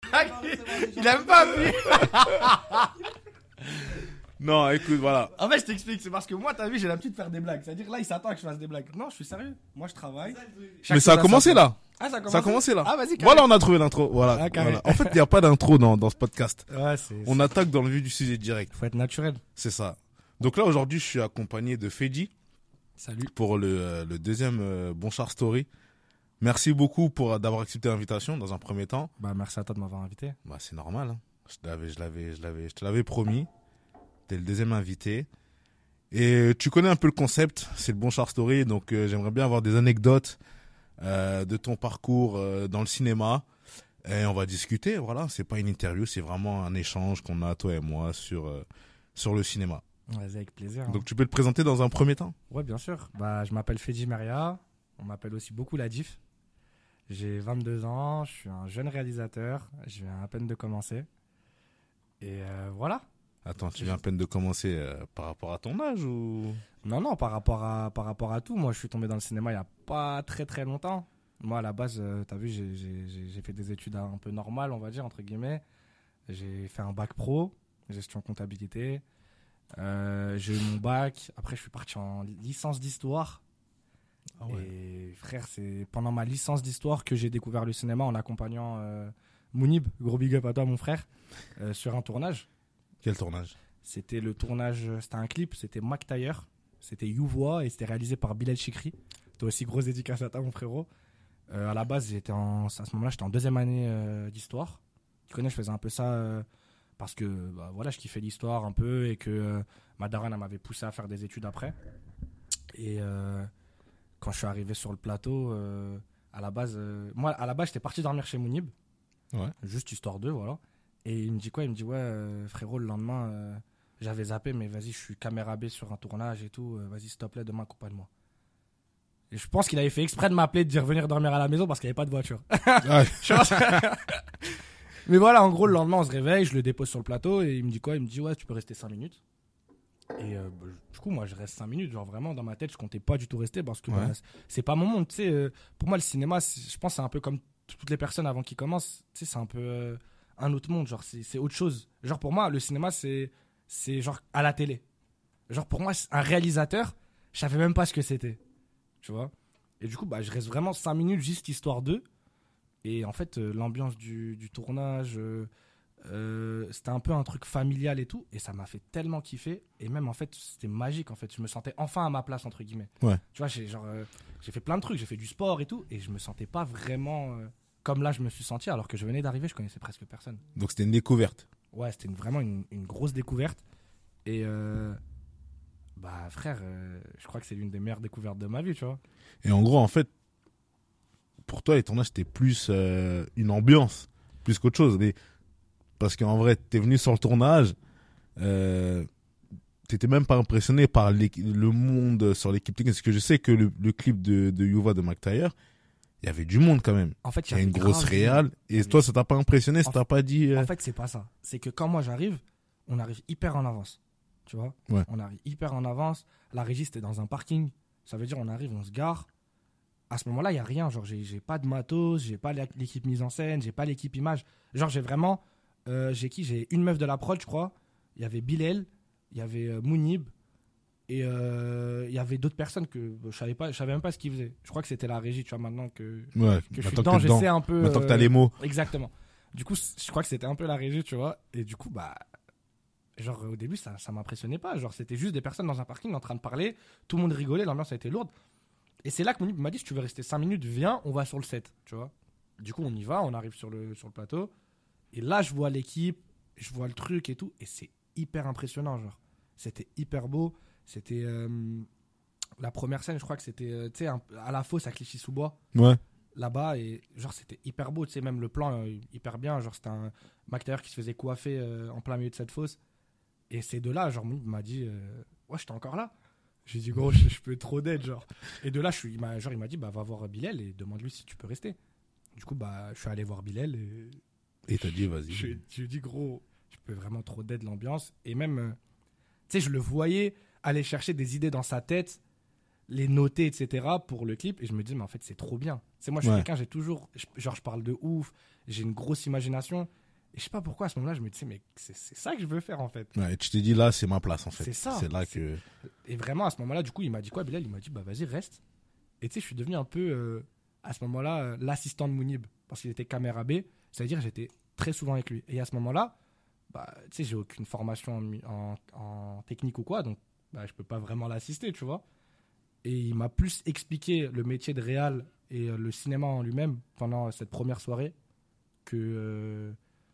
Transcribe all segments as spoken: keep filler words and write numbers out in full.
Il aime pas appuyé. Non, écoute, voilà. En fait, je t'explique, c'est parce que moi, t'as vu, j'ai l'habitude de faire des blagues. C'est-à-dire, là, il s'attend à que je fasse des blagues. Non, je suis sérieux. Moi, je travaille. Chaque Mais ça a chose commencé sa là. Ah, ça a commencé. Ça a commencé là. Ah, vas-y, carré. Voilà, on a trouvé l'intro. Voilà. Ah, carré. Voilà. En fait, il n'y a pas d'intro dans, dans ce podcast. Ouais, c'est. On attaque dans le vif du sujet direct. Faut être naturel. C'est ça. Donc là, aujourd'hui, je suis accompagné de Feji Salut. pour le, euh, le deuxième euh, Bon Char Story. Merci beaucoup pour d'avoir accepté l'invitation dans un premier temps. Bah, merci à toi de m'avoir invité. Bah, c'est normal. Hein. Je l'avais, je l'avais, je l'avais, je te l'avais promis. T'es le deuxième invité. Et tu connais un peu le concept. C'est le Bon Char Story. Donc, euh, j'aimerais bien avoir des anecdotes euh, de ton parcours euh, dans le cinéma. Et on va discuter. Voilà. C'est pas une interview. C'est vraiment un échange qu'on a, toi et moi, sur, euh, sur le cinéma. Vas-y, avec plaisir. Hein. Donc, tu peux te présenter dans un premier temps? Ouais, bien sûr. Bah, je m'appelle Feji Meria. On m'appelle aussi beaucoup la Diff. J'ai vingt-deux ans. Je suis un jeune réalisateur. Je viens à peine de commencer. Et euh, voilà. Attends, tu viens à peine de commencer euh, par rapport à ton âge ou... Non, non, par rapport à, par rapport à tout. Moi, je suis tombé dans le cinéma il n'y a pas très très longtemps. Moi, à la base, euh, t'as vu, j'ai, j'ai, j'ai j'ai fait des études un peu normales, on va dire, entre guillemets. J'ai fait un bac pro, gestion comptabilité. Euh, j'ai eu mon bac. Après, je suis parti en licence d'histoire. Ah ouais. Et frère, c'est pendant ma licence d'histoire que j'ai découvert le cinéma en accompagnant euh, Mounib, gros big up à toi, mon frère, euh, sur un tournage. Quel tournage? C'était le tournage, c'était un clip, c'était Mac Taylor, c'était Youvois et c'était réalisé par Bilal Chikri. Toi aussi, grosse dédicace à toi, mon frérot. Euh, à la base, j'étais en, à ce moment-là, j'étais en deuxième année euh, d'histoire. Tu connais, je faisais un peu ça euh, parce que bah, voilà, je kiffais l'histoire un peu et que euh, ma daronne elle m'avait poussé à faire des études après. Et euh, quand je suis arrivé sur le plateau, euh, à la base, euh, moi, à la base, j'étais parti dormir chez Mounib, Ouais. juste histoire d'eux, voilà. Et il me dit quoi? Il me dit ouais, euh, frérot, le lendemain, euh, j'avais zappé, mais vas-y, je suis caméra B sur un tournage et tout. Euh, vas-y, s'il te plaît, demain, accompagne-moi. Et je pense qu'il avait fait exprès de m'appeler, de dire venir dormir à la maison parce qu'il n'y avait pas de voiture. Ah, Je pense- mais voilà, en gros, le lendemain, on se réveille, je le dépose sur le plateau et il me dit quoi? Il me dit ouais, tu peux rester cinq minutes. Et euh, bah, du coup, moi, je reste cinq minutes. Genre vraiment, dans ma tête, je comptais pas du tout rester parce que Ouais. bah, c'est pas mon monde. Tu sais, euh, pour moi, le cinéma, c'est- je pense que c'est un peu comme toutes les personnes avant qu'ils commencent. Tu sais, c'est un peu euh, un autre monde. Genre, c'est c'est autre chose. Genre, pour moi, le cinéma, c'est c'est genre à la télé. Genre, pour moi, c'est un réalisateur, je savais même pas ce que c'était. Tu vois? Et du coup, bah, je reste vraiment cinq minutes juste histoire d'eux. Et en fait, euh, l'ambiance du, du tournage, euh, euh, c'était un peu un truc familial et tout. Et ça m'a fait tellement kiffer. Et même, en fait, c'était magique. En fait, je me sentais enfin à ma place, entre guillemets. Ouais. Tu vois, j'ai, genre, euh, j'ai fait plein de trucs. J'ai fait du sport et tout. Et je me sentais pas vraiment euh, comme là, je me suis senti. Alors que je venais d'arriver, je connaissais presque personne. donc c'était une découverte. Ouais, c'était une- vraiment une, une grosse découverte. Et euh, bah, frère, euh, je crois que c'est l'une des meilleures découvertes de ma vie, tu vois. Et en gros, en fait, pour toi, les tournages, c'était plus euh, une ambiance, plus qu'autre chose. Mais, parce qu'en vrai, t'es venu sur le tournage, euh, t'étais même pas impressionné par l'équi- le monde sur l'équipe technique. Parce que je sais que le, le clip de, de Yuva de Mac Taylor, il y avait du monde quand même. En fait, Il y a avait une grosse grave du réal. monde. Il y Et avait- toi, ça t'a pas impressionné, ça En t'a pas dit... euh, En fait, c'est pas ça. C'est que quand moi j'arrive, on arrive hyper en avance. Tu vois? Ouais. On arrive hyper en avance. La régie, c'était dans un parking. Ça veut dire, on arrive, on se gare. À ce moment-là, il n'y a rien. Genre, j'ai, j'ai pas de matos, j'ai pas l'é- l'équipe mise en scène, j'ai pas l'équipe image. Genre, j'ai vraiment. euh, j'ai qui? J'ai une meuf de la prod, je crois. Il y avait Bilal, il y avait euh, Mounib. Et euh, il y avait d'autres personnes que euh, je savais pas, je savais même pas ce qu'ils faisaient. Je crois que c'était la régie, tu vois, maintenant que, Ouais, que je suis maintenant dedans, que t'es je dedans, sais un peu. maintenant que t'as euh, les mots. Exactement. Du coup, c- je crois que c'était un peu la régie, tu vois. Et du coup, bah, genre au début, ça, ça m'impressionnait pas. Genre, c'était juste des personnes dans un parking en train de parler. Tout le monde rigolait, l'ambiance a été lourde. Et c'est là que Mounib m'a dit, si tu veux rester cinq minutes, viens, on va sur le set, tu vois. Du coup, on y va, on arrive sur le, sur le plateau. Et là, je vois l'équipe, je vois le truc et tout. Et c'est hyper impressionnant, genre. C'était hyper beau. C'était euh, la première scène, je crois que c'était, euh, tu sais, un- à la fosse à Clichy-sous-Bois Ouais. là-bas et genre c'était hyper beau, tu sais, même le plan euh, hyper bien, genre c'était un Mac Taylor qui se faisait coiffer euh, en plein milieu de cette fosse et c'est de là, genre Mounib m'a dit euh, ouais, j'étais encore là. J'ai dit gros, je, je peux trop d'aide, genre. Et de là, je suis, il m'a, genre il m'a dit bah va voir Bilal et demande-lui si tu peux rester. Du coup bah je suis allé voir Bilal et Et t'as dit, vas-y. je, je lui ai dit gros, je peux vraiment trop d'aide l'ambiance et même euh, tu sais, je le voyais aller chercher des idées dans sa tête les noter, et cetera pour le clip. Et je me dis, mais en fait, c'est trop bien. C'est moi, je suis Ouais. quelqu'un, j'ai toujours, je- genre, je parle de ouf, j'ai une grosse imagination. Et je sais pas pourquoi, à ce moment-là, je me disais, mais c'est, c'est ça que je veux faire, en fait. Ouais, et tu t'es dit, là, c'est ma place, en fait. C'est ça. C'est là C'est- que. Et vraiment, à ce moment-là, du coup, il m'a dit quoi, Bilal? Il m'a dit, bah, vas-y, reste. Et tu sais, je suis devenu un peu, euh, à ce moment-là, euh, l'assistant de Mounib. Parce qu'il était caméra B. C'est-à-dire, j'étais très souvent avec lui. Et à ce moment-là, bah, tu sais, j'ai aucune formation en, mu- en, en technique ou quoi. Donc, bah, je peux pas vraiment l'assister, tu vois. Et il m'a plus expliqué le métier de réal et euh, le cinéma en lui-même pendant cette première soirée que. euh,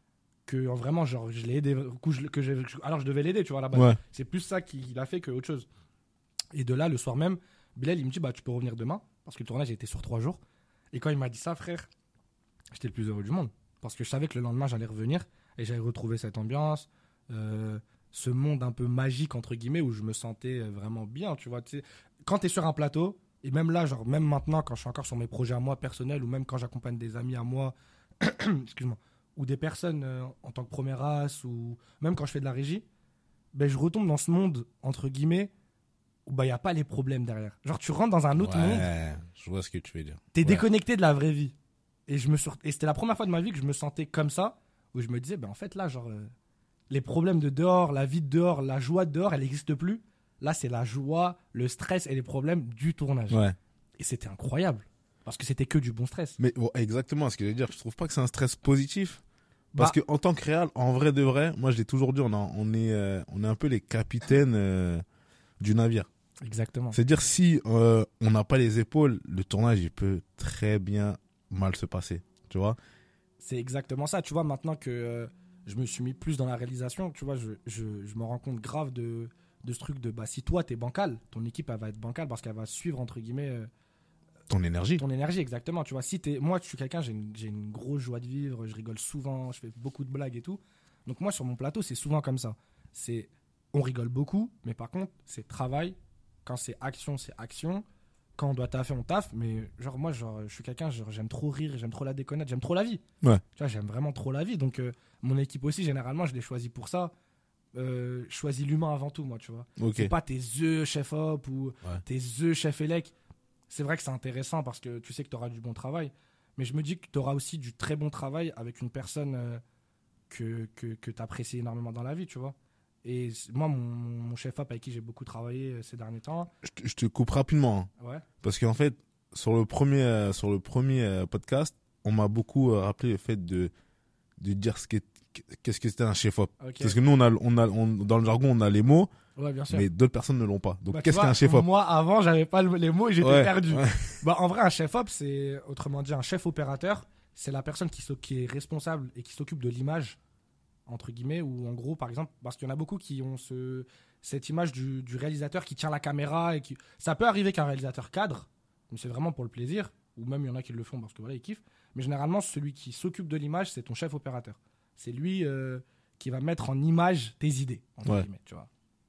que en vraiment, genre, je l'ai aidé. Coup, je- que j'ai- alors, je devais l'aider, tu vois, à la base. Ouais. C'est plus ça qu'il a fait que autre chose. Et de là, le soir même, Bilal, il me dit, bah, tu peux revenir demain. Parce que le tournage était sur trois jours. Et quand il m'a dit ça, frère, j'étais le plus heureux du monde. Parce que je savais que le lendemain, j'allais revenir et j'allais retrouver cette ambiance, euh, ce monde un peu magique, entre guillemets, où je me sentais euh, vraiment bien, tu vois. Tu sais, quand tu es sur un plateau, et même là, genre, même maintenant, quand je suis encore sur mes projets à moi personnels, ou même quand j'accompagne des amis à moi, excuse-moi, ou des personnes euh, en tant que première race, ou même quand je fais de la régie, ben, je retombe dans ce monde, entre guillemets, où il bah, n'y a pas les problèmes derrière. Genre, tu rentres dans un autre monde, Ouais, je vois ce que tu veux dire. t'es Ouais. déconnecté de la vraie vie. Et, je me sur- et c'était la première fois de ma vie que je me sentais comme ça, où je me disais, ben en fait, là, genre, euh, les problèmes de dehors, la vie de dehors, la joie de dehors, elle n'existe plus. Là, c'est la joie, le stress et les problèmes du tournage. Ouais. Et c'était incroyable. Parce que c'était que du bon stress. Mais bon, exactement ce que je veux dire. Je trouve pas que c'est un stress positif. Parce Bah, que en tant que réal, en vrai de vrai, moi je l'ai toujours dit, on, a- on, est, euh, on est un peu les capitaines euh, du navire. exactement. C'est-à-dire si euh, on n'a pas les épaules, le tournage il peut très bien mal se passer. Tu vois? C'est exactement ça. Tu vois, maintenant que euh, je me suis mis plus dans la réalisation, tu vois, je, je, je me rends compte grave de, de ce truc de, bah, si toi, t'es bancal, ton équipe, elle va être bancale parce qu'elle va suivre, entre guillemets, euh, Ton énergie. ton énergie, exactement. Tu vois, si t'es, moi, je suis quelqu'un, j'ai une, j'ai une grosse joie de vivre, je rigole souvent, je fais beaucoup de blagues et tout. Donc moi, sur mon plateau, c'est souvent comme ça. C'est, on rigole beaucoup, mais par contre, c'est travail. Quand c'est action, c'est action. Quand on doit taffer, on taffe. Mais genre moi, genre, je suis quelqu'un, genre, j'aime trop rire, j'aime trop la déconnette, j'aime trop la vie. Ouais. Tu vois, j'aime vraiment trop la vie. Donc euh, mon équipe aussi, généralement, je l'ai choisi pour ça. Euh, je choisis l'humain avant tout, moi, tu vois. Ok. C'est pas tes œufs chef op ou Ouais. tes œufs chef élec. C'est vrai que c'est intéressant parce que tu sais que tu auras du bon travail. Mais je me dis que tu auras aussi du très bon travail avec une personne euh, que, que, que tu apprécies énormément dans la vie, tu vois. Et c- moi, mon, mon chef op avec qui j'ai beaucoup travaillé euh, ces derniers temps, Je te, je te coupe rapidement. hein. ouais, Parce qu'en fait, sur le premier, euh, sur le premier euh, podcast, on m'a beaucoup euh, rappelé le fait de, de dire ce qu'est- qu'est-ce que c'était un chef-op. ok. Parce que nous, on a, on a, on- dans le jargon, on a les mots, Ouais, bien sûr. mais d'autres personnes ne l'ont pas. Donc, Bah, tu qu'est-ce vois, qu'un chef-op? Moi, avant, j'avais pas le- les mots et j'étais Ouais, perdu. ouais. Bah, en vrai, un chef-op, c'est, autrement dit, un chef opérateur. C'est la personne qui, s'oc- qui est responsable et qui s'occupe de l'image, entre guillemets, ou en gros, par exemple, parce qu'il y en a beaucoup qui ont ce, cette image du, du réalisateur qui tient la caméra. Et qui... Ça peut arriver qu'un réalisateur cadre, mais c'est vraiment pour le plaisir, ou même il y en a qui le font parce que voilà, ils kiffent. Mais généralement, celui qui s'occupe de l'image, c'est ton chef opérateur. C'est lui euh, qui va mettre en image tes idées, entre Ouais. guillemets, tu vois.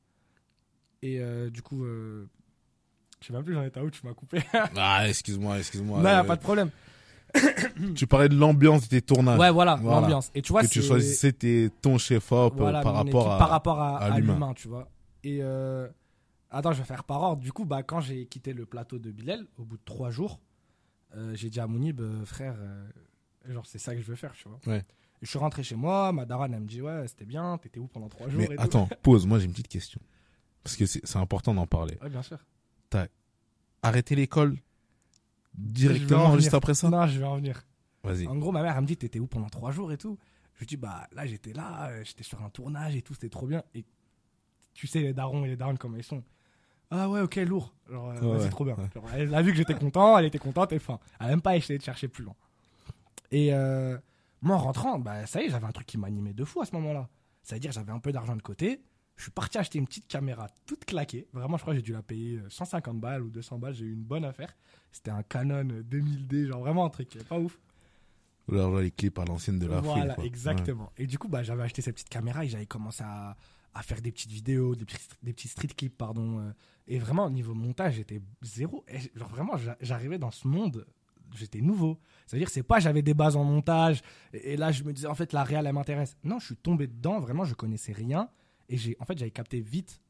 Et euh, du coup, euh, je sais même plus, j'en étais où, tu m'as coupé. Ah, excuse-moi, excuse-moi. non, y a Euh, pas de problème. Tu parlais de l'ambiance de tes tournages. Ouais, voilà, Voilà. l'ambiance. Et tu vois, que tu c'est- choisissais tes- ton chef-op euh, voilà, par, mon rapport équipe à, par rapport à, à à l'humain. l'humain, tu vois. Et euh, attends, je vais faire par ordre. Du coup, bah, quand j'ai quitté le plateau de Bilal, au bout de trois jours, euh, j'ai dit à Mounib, euh, frère, euh, genre, c'est ça que je veux faire, tu vois. Ouais. Et je suis rentré chez moi, ma daronne, elle me dit, ouais, c'était bien, t'étais où pendant trois jours Mais et tout. attends, pause, moi j'ai une petite question. Parce que c'est c'est important d'en parler. Ouais, bien sûr. Arrêter l'école Je vais en directement venir. juste après ça? Non, je vais en venir. Vas-y. En gros, ma mère, elle me dit, t'étais où pendant trois jours et tout. Je lui dis, bah là, j'étais là, euh, j'étais sur un tournage et tout, c'était trop bien. Et tu sais, les darons et les darons, comment ils sont. Ah ouais, ok, lourd. Genre, euh, Ouais, vas-y, ouais, trop bien. ouais. Genre, elle a vu que j'étais content, elle était contente et fin. Elle a même pas essayé de chercher plus loin. Et euh, moi, en rentrant, bah ça y est, j'avais un truc qui m'animait de fou à ce moment-là. C'est-à-dire, j'avais un peu d'argent de côté. Je suis parti acheter une petite caméra toute claquée. Vraiment, je crois que j'ai dû la payer euh, cent cinquante balles ou deux cents balles. J'ai eu une bonne affaire. C'était un Canon deux mille D, genre vraiment un truc euh, pas ouf. Alors, là, les clips à l'ancienne de la Voilà, fouille, quoi. exactement. Et du coup, bah, j'avais acheté cette petite caméra et j'avais commencé à, à faire des petites vidéos, des petits, des petits street clips, pardon. euh, Et vraiment, au niveau montage, j'étais zéro. Et genre, vraiment, j'a- j'arrivais dans ce monde, j'étais nouveau. C'est-à-dire, c'est pas j'avais des bases en montage et, et là, je me disais, en fait, la réal, elle m'intéresse. Non, je suis tombé dedans, vraiment, je connaissais rien. Et j'ai, en fait, j'avais capté vite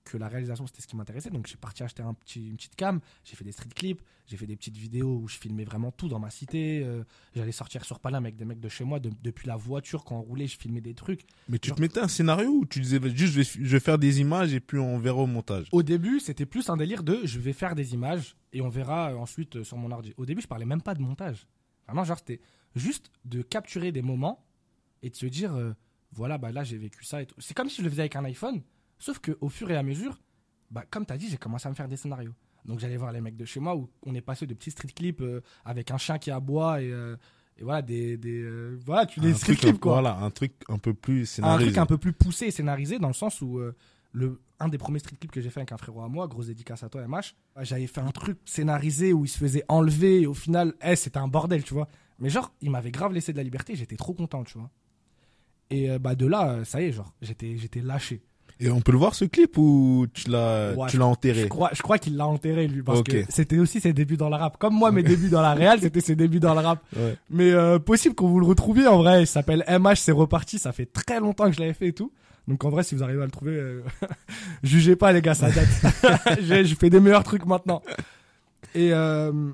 que la réalisation, c'était ce qui m'intéressait. Donc, j'ai parti acheter un petit, une petite cam. J'ai fait des street clips. J'ai fait des petites vidéos où je filmais vraiment tout dans ma cité. Euh, j'allais sortir sur Paname avec des mecs de chez moi. De, depuis la voiture, quand on roulait, je filmais des trucs. Mais tu Genre, te mettais un scénario ou tu disais juste je vais, je vais faire des images et puis on verra au montage? Au début, c'était plus un délire de je vais faire des images et on verra euh, ensuite euh, sur mon ordi. Au début, je parlais même pas de montage. Vraiment, genre, c'était juste de capturer des moments et de se dire euh, voilà, bah là, j'ai vécu ça et tout. C'est comme si je le faisais avec un iPhone, sauf qu'au fur et à mesure, bah, comme tu as dit, j'ai commencé à me faire des scénarios. Donc, j'allais voir les mecs de chez moi où on est passé de petits street clips euh, avec un chien qui aboie et, euh, et voilà, des. des euh, voilà, tu les Un street truc, clips un- quoi. Voilà, un truc un peu plus Un scénarisé. truc un peu plus poussé et scénarisé dans le sens où euh, le, un des premiers street clips que j'ai fait avec un frérot à moi, grosse dédicace à toi M H, j'avais fait un truc scénarisé où il se faisait enlever et au final, eh, c'était un bordel, tu vois. Mais genre, il m'avait grave laissé de la liberté, j'étais trop content, tu vois. Et euh, bah de là, euh, ça y est, genre, j'étais, j'étais lâché. Et on peut le voir ce clip ou tu l'as, Ouais, tu l'as Je enterré? crois, je crois qu'il l'a enterré lui parce Ok. que c'était aussi ses débuts dans le rap. Comme moi, mes débuts dans la réal, c'était ses débuts dans le rap. Ouais. Mais euh, possible qu'on vous le retrouviez en vrai. Il s'appelle M H, c'est reparti. Ça fait très longtemps que je l'avais fait et tout. Donc en vrai, si vous arrivez à le trouver, euh, jugez pas les gars, ça date. J'ai- je fais des meilleurs trucs maintenant. Et euh,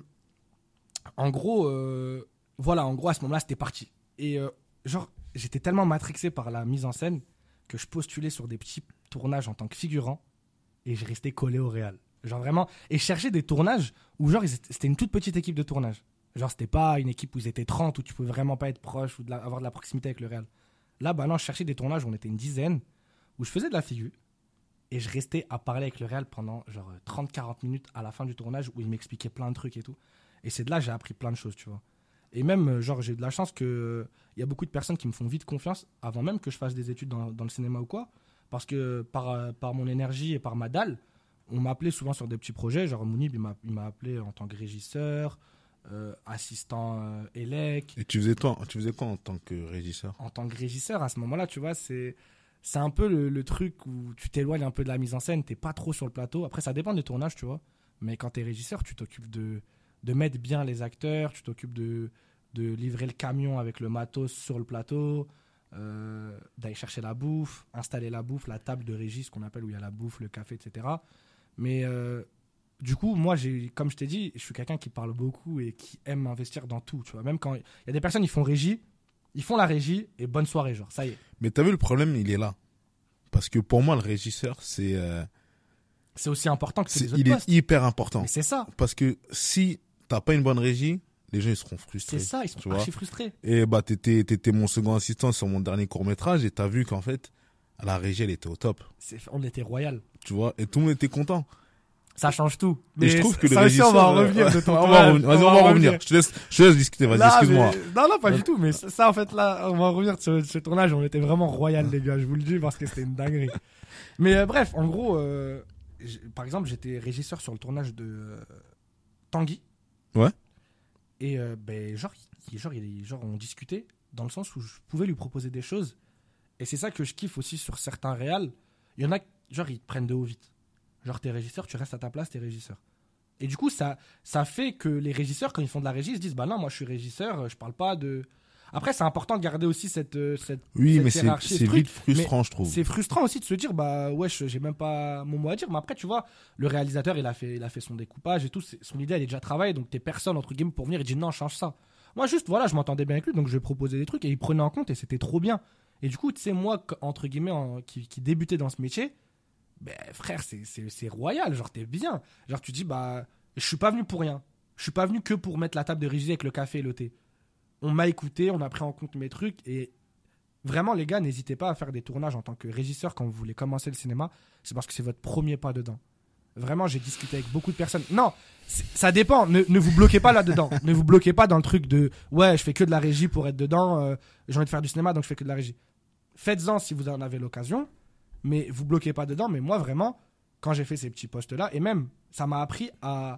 en gros, euh, voilà, en gros à ce moment-là, c'était parti. Et euh, genre, j'étais tellement matrixé par la mise en scène que je postulais sur des petits tournages en tant que figurant et je restais collé au réal. Genre vraiment, et je cherchais des tournages où genre ils étaient- c'était une toute petite équipe de tournage. Genre c'était pas une équipe où ils étaient trente où tu pouvais vraiment pas être proche ou de la- avoir de la proximité avec le réal. Là, bah non, je cherchais des tournages où on était une dizaine, où je faisais de la figure et je restais à parler avec le réal pendant genre trente à quarante minutes à la fin du tournage où il m'expliquait plein de trucs et tout. Et c'est de là que j'ai appris plein de choses, tu vois. Et même, euh, genre, j'ai eu de la chance que il y a beaucoup de personnes qui me font vite confiance avant même que je fasse des études dans, dans le cinéma ou quoi. Parce que par, euh, par mon énergie et par ma dalle, on m'appelait souvent sur des petits projets. Genre, Mounib, il m'a, il m'a appelé en tant que régisseur, euh, assistant euh, élec. Et tu faisais toi, tu faisais quoi en tant que régisseur? En tant que régisseur, à ce moment-là, tu vois, c'est, c'est un peu le, le truc où tu t'éloignes un peu de la mise en scène, t'es pas trop sur le plateau. Après, ça dépend des tournages, tu vois. Mais quand t'es régisseur, tu t'occupes de, de mettre bien les acteurs, tu t'occupes de, de livrer le camion avec le matos sur le plateau, euh, d'aller chercher la bouffe, installer la bouffe, la table de régie, ce qu'on appelle où il y a la bouffe, le café, et cetera. Mais euh, du coup, moi, j'ai, comme je t'ai dit, je suis quelqu'un qui parle beaucoup et qui aime investir dans tout, tu vois. Même quand il y a des personnes, ils font régie, ils font la régie et bonne soirée, genre, ça y est. Mais t'as vu, le problème, il est là. Parce que pour moi, le régisseur, c'est, euh, C'est aussi important que c'est les autres il postes. est hyper important. Mais c'est ça, Parce que si t'as pas une bonne régie, les gens ils seront frustrés. c'est ça, ils sont tu vois. archi frustrés. Et bah t'étais, t'étais mon second assistant sur mon dernier court métrage et t'as vu qu'en fait, la régie elle était au top. C'est- on était royal. Tu vois, et tout le monde était content. Ça change tout. Et je trouve que le ça aussi, régisseur. on va en euh, revenir de ton on va en tournage. revenir. Vas-y, on va en revenir. Je te laisse, je te laisse discuter. Vas-y, Non, excuse-moi. mais- Non, non, pas du tout. Mais ça, ça, en fait, là, on va en revenir sur ce tournage. On était vraiment royal, les gars. Je vous le dis parce que c'était une dinguerie. Mais euh, bref, en gros, euh, j'ai- par exemple, j'étais régisseur sur le tournage de euh, Tanguy. Ouais. Et euh, ben, genre, il- genre, il- genre, on discutait dans le sens où je pouvais lui proposer des choses. Et c'est ça que je kiffe aussi sur certains réals. Il y en a, genre, ils te prennent de haut vite. Genre, t'es régisseur, tu restes à ta place, t'es régisseur. Et du coup, ça, ça fait que les régisseurs, quand ils font de la régie, ils se disent, bah non, moi je suis régisseur, je parle pas de. Après, c'est important de garder aussi cette, euh, cette, Oui, cette mais c'est, hiérarchie, c'est ce truc. vite frustrant, je trouve. C'est frustrant aussi de se dire, bah wesh, j'ai même pas mon mot à dire. Mais après, tu vois, le réalisateur, il a fait, il a fait son découpage et tout. c'est- Son idée, elle est déjà travaillée. Donc, t'es personne, entre guillemets, pour venir et dire non, change ça. Moi, juste, voilà, je m'entendais bien avec lui. Donc, je lui proposais des trucs et il prenait en compte et c'était trop bien. Et du coup, tu sais, moi, qu- entre guillemets, en- qui, qui débutais dans ce métier, ben frère, c'est, c'est, c'est royal. Genre, t'es bien. Genre, tu dis, bah, je suis pas venu pour rien. Je suis pas venu que pour mettre la table de régie avec le café et le thé. On m'a écouté, on a pris en compte mes trucs et vraiment les gars, n'hésitez pas à faire des tournages en tant que régisseur quand vous voulez commencer le cinéma, c'est parce que c'est votre premier pas dedans. Vraiment, j'ai discuté avec beaucoup de personnes. Non, c'est- ça dépend, ne, ne vous bloquez pas là-dedans. Ne vous bloquez pas dans le truc de ouais, je fais que de la régie pour être dedans, euh, j'ai envie de faire du cinéma donc je fais que de la régie. Faites-en si vous en avez l'occasion, mais vous bloquez pas dedans. Mais moi vraiment, quand j'ai fait ces petits postes-là, et même ça m'a appris à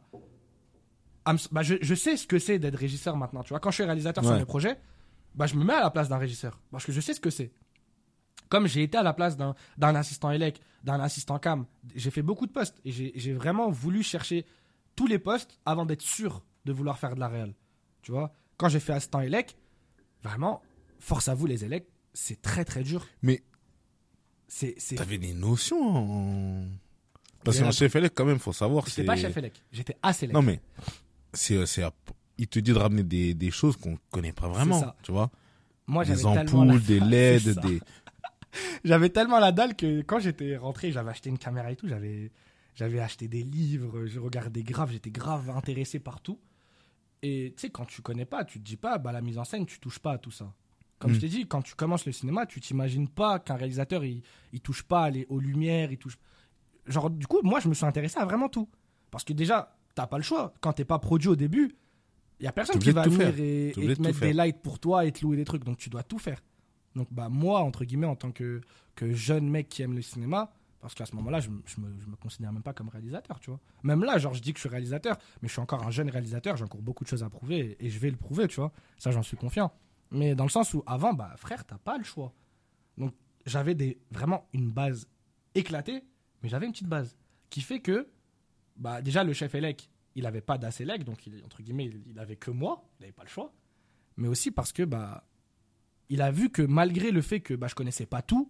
à me- bah, je, je sais ce que c'est d'être régisseur maintenant. Tu vois, quand je suis réalisateur sur Ouais. mes projets, bah, je me mets à la place d'un régisseur parce que je sais ce que c'est. Comme j'ai été à la place d'un, d'un assistant élec, d'un assistant cam, j'ai fait beaucoup de postes et j'ai, j'ai vraiment voulu chercher tous les postes avant d'être sûr de vouloir faire de la réal. Tu vois, quand j'ai fait assistant élec, vraiment, force à vous les élecs, c'est très très dur. Mais C'est, c'est... t'avais des notions en, Parce Et qu'un là, chef élect, quand même, faut savoir. J'étais c'est... pas chef élect, j'étais A sélect. Non, mais c'est, c'est, il te dit de ramener des, des choses qu'on connaît pas vraiment, ça. tu vois. Moi, Des j'avais tellement la... ampoules, des C'est L E D, ça. des... J'avais tellement la dalle que quand j'étais rentré, j'avais acheté une caméra et tout, j'avais, j'avais acheté des livres, je regardais grave, j'étais grave intéressé par tout. Et tu sais, quand tu connais pas, tu te dis pas, bah la mise en scène, tu touches pas à tout ça. Comme Mm. je t'ai dit, quand tu commences le cinéma, tu t'imagines pas qu'un réalisateur, il, il touche pas les, aux lumières, il touche... Genre, du coup, moi, je me suis intéressé à vraiment tout. Parce que déjà, t'as pas le choix. Quand t'es pas produit au début, il y a personne T'es qui obligé va de tout venir faire. et, T'es et obligé te de tout mettre des faire. lights pour toi et te louer des trucs. Donc, tu dois tout faire. Donc, bah, moi, entre guillemets, en tant que, que jeune mec qui aime le cinéma, parce qu'à ce moment-là, je, me- je, me, je me considère même pas comme réalisateur, tu vois. Même là, genre, je dis que je suis réalisateur, mais je suis encore un jeune réalisateur, j'ai encore beaucoup de choses à prouver et, et je vais le prouver, tu vois. Ça, j'en suis confiant. Mais dans le sens où, avant, bah, frère, t'as pas le choix. Donc, j'avais des, vraiment une base éclatée, mais j'avais une petite base qui fait que, bah, déjà, le chef élec, il avait pas d'A S E L E C, donc, il, entre guillemets, il, il avait que moi, il n'avait pas le choix. Mais aussi parce que, bah, il a vu que malgré le fait que bah, je connaissais pas tout,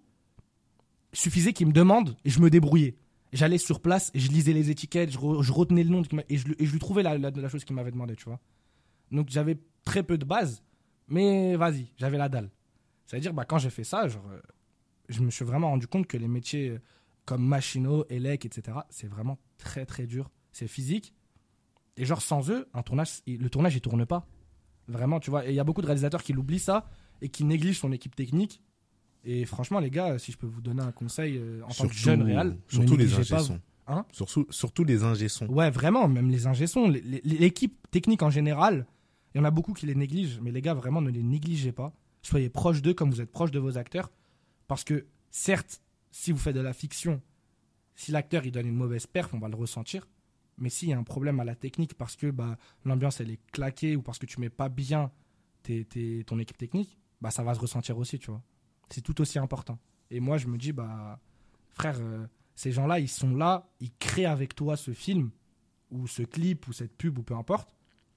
il suffisait qu'il me demande et je me débrouillais. J'allais sur place et je lisais les étiquettes, je, re- je retenais le nom de- et je, le- et je lui trouvais la, la, la chose qu'il m'avait demandé, tu vois. Donc j'avais très peu de base, mais vas-y, j'avais la dalle. C'est-à-dire, bah, quand j'ai fait ça, genre, euh, je me suis vraiment rendu compte que les métiers euh, comme machinot, élec, et cetera, c'est vraiment très très dur. C'est physique. Et genre, sans eux, un tournage, il- le tournage, il tourne pas. Vraiment, tu vois. Et il y a beaucoup de réalisateurs qui l'oublient ça et qui négligent son équipe technique. Et franchement, les gars, si je peux vous donner un conseil euh, en tant que jeune réal, ne surtout les négligez pas. ingé-sons. Hein surtout, surtout les ingé-sons. Ouais, vraiment, même les ingé-sons, les- les- l'équipe technique en général, il y en a beaucoup qui les négligent, mais les gars, vraiment, ne les négligez pas. Soyez proches d'eux comme vous êtes proches de vos acteurs. Parce que, certes, si vous faites de la fiction, si l'acteur il donne une mauvaise perf, on va le ressentir. Mais s'il y a un problème à la technique parce que bah, l'ambiance elle est claquée ou parce que tu mets pas bien tes- tes- ton équipe technique, bah, ça va se ressentir aussi, tu vois. C'est tout aussi important. Et moi, je me dis, bah, frère, euh, ces gens-là, ils sont là, ils créent avec toi ce film, ou ce clip, ou cette pub, ou peu importe.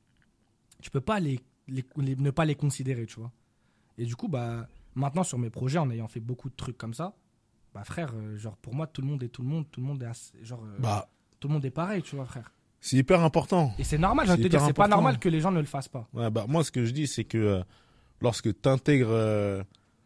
Tu peux pas les, les- les- ne pas les considérer, tu vois. Et du coup, bah, maintenant, sur mes projets, en ayant fait beaucoup de trucs comme ça, bah, frère, euh, genre, pour moi, tout le monde est tout le monde, tout le monde est assez- genre, euh, Bah, tout le monde est pareil, tu vois, frère. c'est hyper important. Et c'est normal, j'ai envie de te C'est dire, hyper c'est pas important. normal que les gens ne le fassent pas. Ouais, bah, moi, ce que je dis, c'est que euh, lorsque tu intègres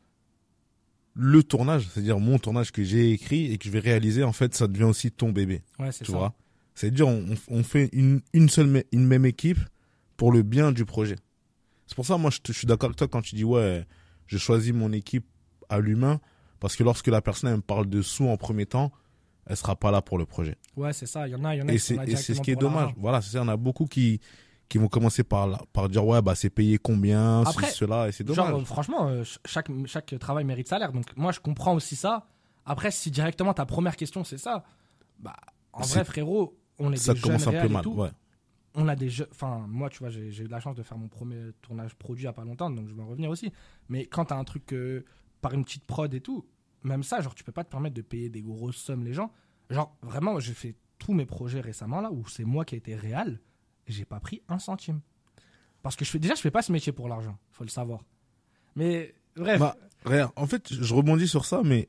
le tournage, c'est-à-dire mon tournage que j'ai écrit et que je vais réaliser, en fait, ça devient aussi ton bébé. Ouais, c'est Tu ça. vois. C'est-à-dire, on, on fait une, une seule, mé- une même équipe pour le bien du projet. C'est pour ça, moi, je, te- je suis d'accord avec toi quand tu dis, ouais, je choisis mon équipe à l'humain, parce que lorsque la personne, elle me parle de sous en premier temps, elle sera pas là pour le projet. Ouais, c'est ça. Il y en a, il y en a Et qui c'est, sont là et c'est ce qui est directement pour dommage. l'argent. Voilà, c'est ça, il y en a beaucoup qui, qui vont commencer par, là- par dire, ouais, bah, c'est payé combien, Après, ceci, cela, et c'est dommage. Genre, euh, franchement, euh, ch- chaque, chaque travail mérite salaire. Donc, moi, je comprends aussi ça. Après, si directement ta première question, c'est ça, bah, en C'est- vrai, frérot, on est ça des commence jeunes un peu réals et mal, tout. ouais. On a des jeux. Enfin, moi, tu vois, j'ai j'ai eu de la chance de faire mon premier tournage produit il y a pas longtemps, donc je vais en revenir aussi. Mais quand t'as un truc euh, par une petite prod et tout, même ça, genre, tu peux pas te permettre de payer des grosses sommes les gens. Genre, vraiment, j'ai fait tous mes projets récemment là où c'est moi qui ai été réel, et j'ai pas pris un centime. Parce que je fais déjà, je fais pas ce métier pour l'argent, faut le savoir. Mais bref. Bah, regarde, en fait, je rebondis sur ça, mais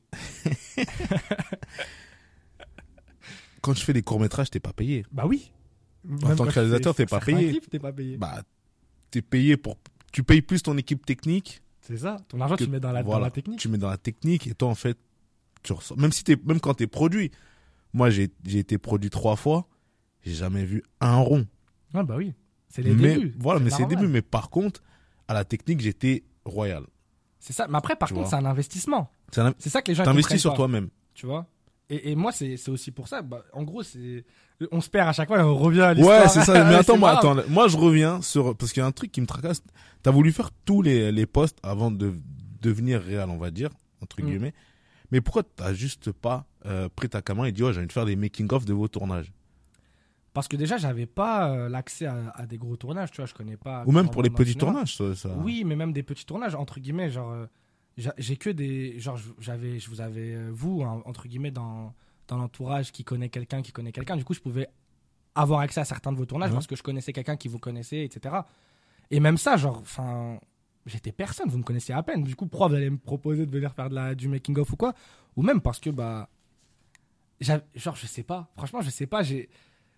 quand je fais des courts-métrages, t'es pas payé. Bah oui. En tant que réalisateur, t'es pas payé. T'es pas payé. Bah, t'es payé pour, tu payes plus ton équipe technique. C'est ça. Ton argent, que- tu le mets dans la, dans voilà, la technique. Tu mets dans la technique et toi, en fait, tu ressors. Même si t'es, même quand t'es produit. Moi, j'ai, j'ai été produit trois fois. J'ai jamais vu un rond. Ah bah oui. C'est les mais, débuts. voilà, mais c'est les normal. débuts. Mais par contre, à la technique, j'étais royal. C'est ça. Mais après, par Tu contre, vois. c'est un investissement. C'est un- C'est ça que les gens T'investis comprennent sur pas, toi-même. Tu vois. Et, et moi, c'est c'est aussi pour ça. Bah, en gros, c'est on se perd à chaque fois et on revient à l'histoire. Ouais, c'est ça. Mais Ouais, attends, c'est moi, pas grave. attends. Moi, je reviens sur, parce qu'il y a un truc qui me tracasse. T'as voulu faire tous les, les postes avant de devenir réel, on va dire, entre Mm. guillemets. Mais pourquoi t'as juste pas euh, pris ta caméra et dit, oh, j'ai envie de faire des making-of de vos tournages? Parce que déjà, j'avais pas euh, l'accès à, à des gros tournages. Tu vois, je connais pas. Ou même grand pour les monde dans le petits cinéma. tournages, ça. ça- Oui, mais même des petits tournages, entre guillemets, genre, euh, j'a- j'ai que des, genre, je- j'avais, je vous avais, euh, vous, hein, entre guillemets, dans, dans l'entourage qui connaît quelqu'un, qui connaît quelqu'un, du coup, je pouvais avoir accès à certains de vos tournages Mhm. parce que je connaissais quelqu'un qui vous connaissait, et cetera. Et même ça, genre, enfin, j'étais personne, vous me connaissiez à peine. Du coup, pourquoi vous allez me proposer de venir faire de la, du making-of ou quoi? Ou même parce que, bah, j'avais- genre, je sais pas. Franchement, je sais pas. J'ai.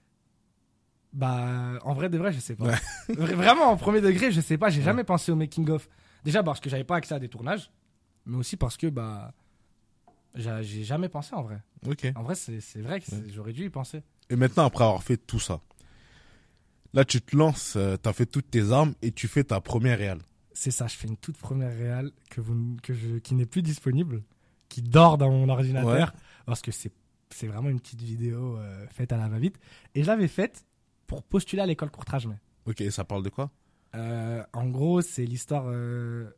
Bah, en vrai de vrai, je sais pas. Ouais. Vra- Vraiment, en premier degré, je sais pas. J'ai jamais pensé au making-of. Déjà parce que j'avais pas accès à des tournages, mais aussi parce que, bah. j'a- J'ai jamais pensé en vrai. Ok. En vrai, c'est c'est vrai que c'est- j'aurais dû y penser. Et maintenant, après avoir fait tout ça, là, tu te lances, euh, t'as fait toutes tes armes et tu fais ta première réal. C'est ça, je fais une toute première réal que vous, que je, qui n'est plus disponible, qui dort dans mon ordinateur, parce que c'est c'est vraiment une petite vidéo euh, faite à la va-vite. Et je l'avais faite pour postuler à l'école Courtrage-May. Ok, et ça parle de quoi? Euh, en gros, c'est l'histoire euh,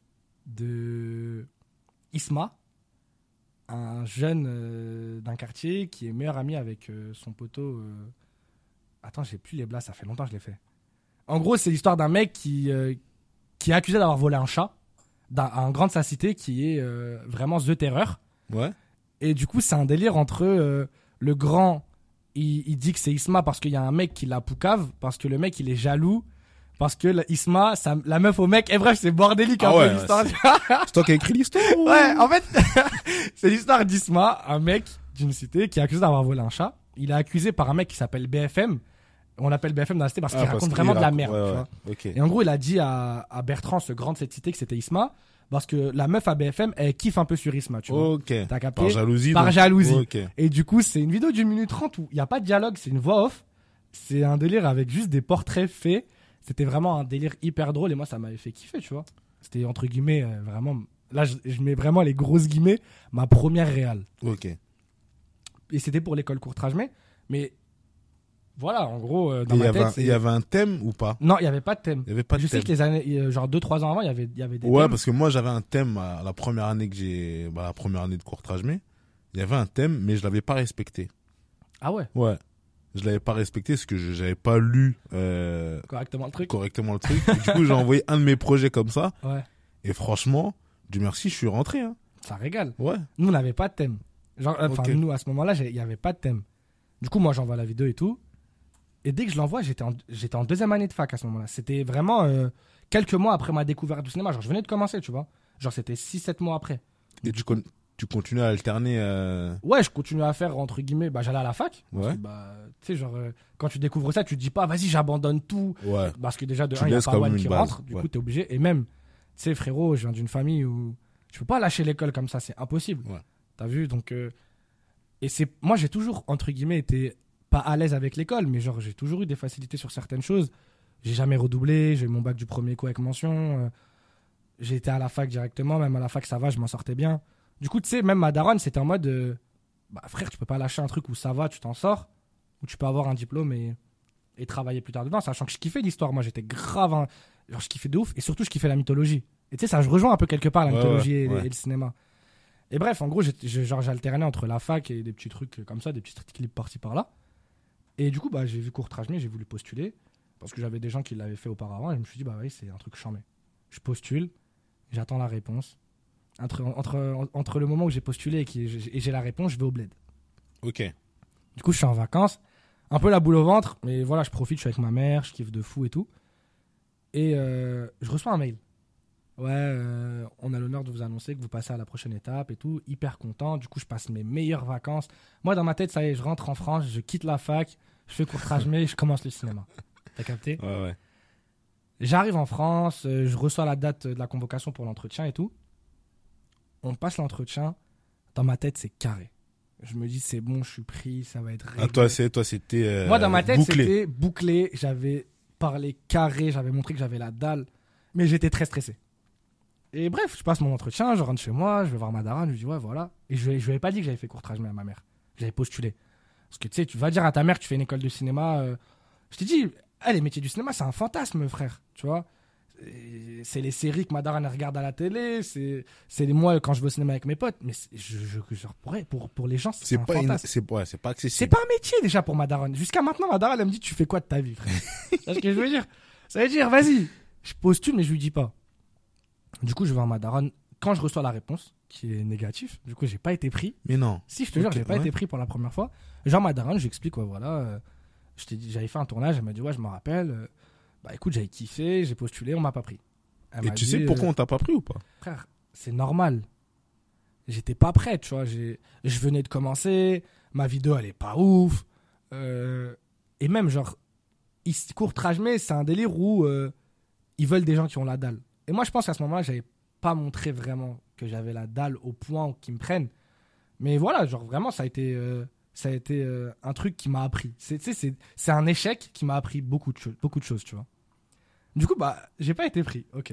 de Isma, un jeune euh, d'un quartier qui est meilleur ami avec euh, son poteau. euh, Attends, j'ai plus les blagues, ça fait longtemps que je l'ai fait. En gros, c'est l'histoire d'un mec qui, euh, qui est accusé d'avoir volé un chat, d'un un grand de sa cité qui est euh, vraiment The Terreur. Ouais. Et du coup, c'est un délire entre euh, le grand, il, il dit que c'est Isma parce qu'il y a un mec qui l'a poucave, parce que le mec il est jaloux, parce que la- Isma, ça- la meuf au mec, et bref, c'est bordélique un Ah peu ouais, l'histoire. C'est toi qui as écrit l'histoire ou- Ouais, en fait, c'est l'histoire d'Isma, un mec d'une cité qui est accusé d'avoir volé un chat. Il est accusé par un mec qui s'appelle B F M. On l'appelle B F M dans la cité parce Ah, qu'il parce raconte qu'il vraiment de la raconte- merde. ouais, tu ouais. vois. Ok. Et en gros, il a dit à, à Bertrand, ce grand de cette cité, que c'était Isma, parce que la meuf à B F M, elle kiffe un peu sur Isma, tu vois. Ok. T'as capté? Par jalousie. Par donc- jalousie. Ok. Et du coup, c'est une vidéo d'une minute trente où il n'y a pas de dialogue, c'est une voix off. C'est un délire avec juste des portraits faits. C'était vraiment un délire hyper drôle et moi, ça m'avait fait kiffer, tu vois. C'était entre guillemets, euh, vraiment. Là, je, je mets vraiment les grosses guillemets, ma première réale. Ok. Et c'était pour l'école Courtrage-May. Mais voilà, en gros, euh, Et dans Il y, ma avait tête. un- c'est- il y avait un thème ou pas? Non, il n'y avait pas de thème. Il y avait pas de Je sais thème. que les années, euh, genre deux trois ans avant, il y avait, il y avait des Ouais, thèmes. parce que moi j'avais un thème à la première année que j'ai, bah, la première année de courtrage, mais il y avait un thème, mais je l'avais pas respecté. Ah ouais, Ouais, je l'avais pas respecté parce que je j'avais pas lu euh, correctement le truc. correctement le truc. Et du coup, j'ai envoyé un de mes projets comme ça. Ouais, Et franchement, Dieu merci, je suis rentré. Hein. ça régale. Ouais. Nous, on n'avait pas de thème. Genre, euh, enfin, Ok. nous, à ce moment-là, j'ai- il n'y avait pas de thème. Du coup, moi, j'envoie la vidéo et tout. Et dès que je l'envoie, j'étais en, j'étais en deuxième année de fac à ce moment-là. C'était vraiment euh, quelques mois après ma découverte du cinéma. Genre, je venais de commencer, tu vois. Genre, c'était six sept mois après. Et tu, con- tu continues à alterner. Euh... Ouais, je continuais à faire, entre guillemets, bah, j'allais à la fac. Parce Ouais. que, bah, tu sais, genre, euh, quand tu découvres ça, tu te dis pas, vas-y, j'abandonne tout. Ouais. Parce que déjà, de Tu un, il y a laisses pas quand One même qui une base, rentre. Du ouais. coup, t'es obligé. Et même, tu sais, frérot, je viens d'une famille où je peux pas lâcher l'école comme ça. C'est impossible. Ouais. T'as vu? Donc, euh, et c'est, moi, j'ai toujours, entre guillemets, été pas à l'aise avec l'école, mais genre, j'ai toujours eu des facilités sur certaines choses. J'ai jamais redoublé. J'ai eu mon bac du premier coup avec mention. euh, j'ai été à la fac directement. Même à la fac, ça va, je m'en sortais bien. Du coup, tu sais, même ma daronne, c'était en mode, euh, bah, frère, tu peux pas lâcher un truc où ça va, tu t'en sors, où tu peux avoir un diplôme et, et travailler plus tard dedans, sachant que je kiffais l'histoire. Moi, j'étais grave, un- genre, je kiffais de ouf, et surtout, je kiffais la mythologie. Et tu sais, ça, je rejoins un peu quelque part la Ouais, mythologie ouais, et, ouais. et le cinéma. Et bref, en gros, j'étais- je- genre, j'alternais entre la fac et des petits trucs comme ça, des petits clips par-ci par-là. Et du coup, bah, j'ai vu Courtrage-May, j'ai voulu postuler, parce que j'avais des gens qui l'avaient fait auparavant, et je me suis dit, bah oui, c'est un truc chambé. Je postule, j'attends la réponse. Entre, entre, entre le moment où j'ai postulé et, qui- et j'ai la réponse, je vais au bled. Ok. Du coup, je suis en vacances, un peu la boule au ventre, mais voilà, je profite, je suis avec ma mère, je kiffe de fou et tout. Et euh, je reçois un mail. Ouais, euh, on a l'honneur de vous annoncer que vous passez à la prochaine étape et tout. Hyper content. Du coup, je passe mes meilleures vacances. Moi, dans ma tête, ça y est, je rentre en France, je quitte la fac, je fais Courtrage-May, je commence le cinéma. T'as capté? Ouais, ouais. J'arrive en France, euh, je reçois la date de la convocation pour l'entretien et tout. On passe l'entretien. Dans ma tête, c'est carré. Je me dis, c'est bon, je suis pris, ça va être réglé. Ah, toi, c'est, toi, c'était. euh, Moi, dans ma tête, bouclé. c'était bouclé. J'avais parlé carré, j'avais montré que j'avais la dalle. Mais j'étais très stressé. Et bref, je passe mon entretien, je rentre chez moi, je vais voir ma daronne, je lui dis, ouais, voilà. Et je lui je lui avais pas dit que j'avais fait Courtrage-May à ma mère. J'avais postulé. Parce que tu sais, tu vas dire à ta mère que tu fais une école de cinéma. euh, Je t'ai dit, eh, les métiers du cinéma, c'est un fantasme, frère. Tu vois? Et c'est les séries que ma daronne elle regarde à la télé, c'est c'est les moi quand je vais au cinéma avec mes potes. Mais c'est- je, je, genre, pour, pour, pour les gens, c'est C'est un pas, une- fantasme. c'est, ouais, c'est pas C'est accessible. pas un métier déjà pour ma daronne. Jusqu'à maintenant, ma daronne, elle me dit, tu fais quoi de ta vie, frère? C'est ce que je veux dire. Ça veut dire, vas-y, je postule, mais je lui dis pas. Du coup, je vais voir ma daronne. Quand je reçois la réponse, qui est négative, du coup, j'ai pas été pris. Mais non. Si, je te jure, Ok, j'ai pas ouais. été pris pour la première fois. Genre, ma daronne, je lui explique, ouais, voilà, euh, je t'ai dit, j'avais fait un tournage, elle m'a dit, ouais, je me rappelle. euh, bah écoute, j'avais kiffé, j'ai postulé, on m'a pas pris. Elle Et m'a tu dit, sais pourquoi euh, on t'a pas pris ou pas? frère, c'est normal. j'étais pas prêt, tu vois. J'ai, je venais de commencer, ma vidéo, elle est pas ouf. Euh, et même, genre, ils courtrage, mais c'est un délire où euh, ils veulent des gens qui ont la dalle. Et moi, je pense qu'à ce moment-là, j'avais pas montré vraiment que j'avais la dalle au point qu'ils me prennent. Mais voilà, genre, vraiment, ça a été, euh, ça a été euh, un truc qui m'a appris. C'est, tu sais, c'est, c'est un échec qui m'a appris beaucoup de choses, beaucoup de choses, tu vois. Du coup, bah, j'ai pas été pris, ok.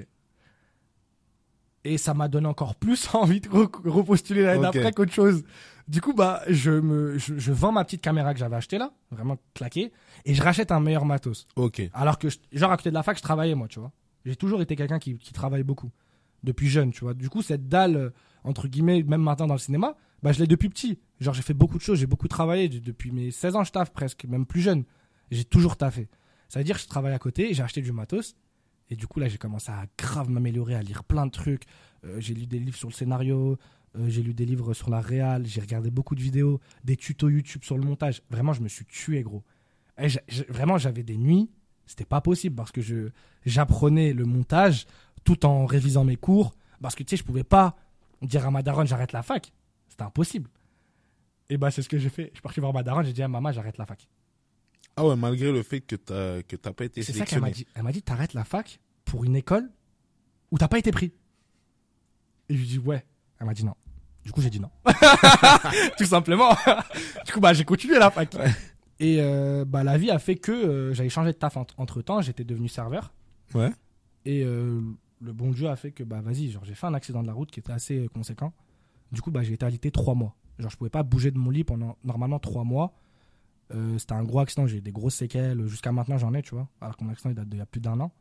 Et ça m'a donné encore plus envie de re- repostuler l'année Ok. d'après qu'autre chose. Du coup, bah, je, me, je, je vends ma petite caméra que j'avais achetée là, vraiment claquée, et je rachète un meilleur matos. Ok. Alors que, je- genre, à côté de la fac, je travaillais, moi, tu vois. J'ai toujours été quelqu'un qui, qui travaille beaucoup, depuis jeune, tu vois. Du coup, cette dalle, euh, entre guillemets, même maintenant dans le cinéma, bah, je l'ai depuis petit. Genre, j'ai fait beaucoup de choses, j'ai beaucoup travaillé. J'ai- Depuis mes seize ans, je taffe presque, même plus jeune. J'ai toujours taffé. Ça veut dire que je travaille à côté, j'ai acheté du matos. Et du coup, là, j'ai commencé à grave m'améliorer, à lire plein de trucs. Euh, j'ai lu des livres sur le scénario, euh, j'ai lu des livres sur la réal, j'ai regardé beaucoup de vidéos, des tutos YouTube sur le montage. Vraiment, je me suis tué, gros. Et j'ai- j'ai- vraiment, j'avais des nuits, c'était pas possible parce que je, j'apprenais le montage tout en révisant mes cours. Parce que, tu sais, je pouvais pas dire à ma daronne, j'arrête la fac. C'était impossible. Et bah, c'est ce que j'ai fait. Je suis parti voir ma daronne, j'ai dit à maman, j'arrête la fac. Ah ouais, malgré le fait que t'as, que t'as pas été C'est ça qu'elle m'a sélectionné. dit. Elle m'a dit, t'arrêtes la fac pour une école où t'as pas été pris. Et je lui dis, ouais. Elle m'a dit non. Du coup, j'ai dit non. Tout simplement. Du coup, bah, j'ai continué la fac. Ouais. Et euh, bah, la vie a fait que euh, j'avais changé de taf entre temps. J'étais devenu serveur. Ouais. Et euh, le bon Dieu a fait que, bah, vas-y, genre, j'ai fait un accident de la route qui était assez euh, conséquent. Du coup, bah, j'ai été alité trois mois. Genre, je pouvais pas bouger de mon lit pendant normalement trois mois. Euh, c'était un gros accident, j'ai eu des grosses séquelles. Jusqu'à maintenant, j'en ai, tu vois. Alors que mon accident, il date d'il y a plus d'un an.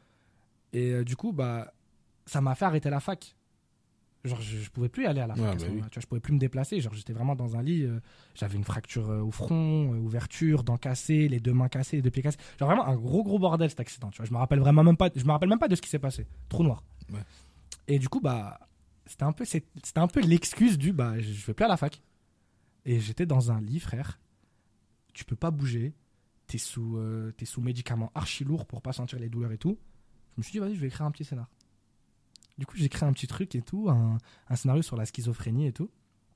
Et euh, du coup, bah, ça m'a fait arrêter la fac. Genre, je, je pouvais plus y aller à la fac. Ouais, à ce bah moment-là, oui. tu vois, je pouvais plus me déplacer. Genre, j'étais vraiment dans un lit. euh, j'avais une fracture euh, au front, euh, ouverture, dents cassées, les deux mains cassées, les deux pieds cassés. Genre, vraiment un gros, gros bordel cet accident. Tu vois, je me rappelle vraiment même pas. Je me rappelle même pas de ce qui s'est passé. Trou noir. Ouais. Et du coup, bah, c'était un peu, c'est- c'était un peu l'excuse du, bah, je je vais plus à la fac. Et j'étais dans un lit, frère. Tu peux pas bouger. T'es sous, euh, t'es sous médicaments archi lourds pour pas sentir les douleurs et tout. Je me suis dit, vas-y, je vais écrire un petit scénar. Du coup, j'ai créé un petit truc et tout, un, un scénario sur la schizophrénie et tout.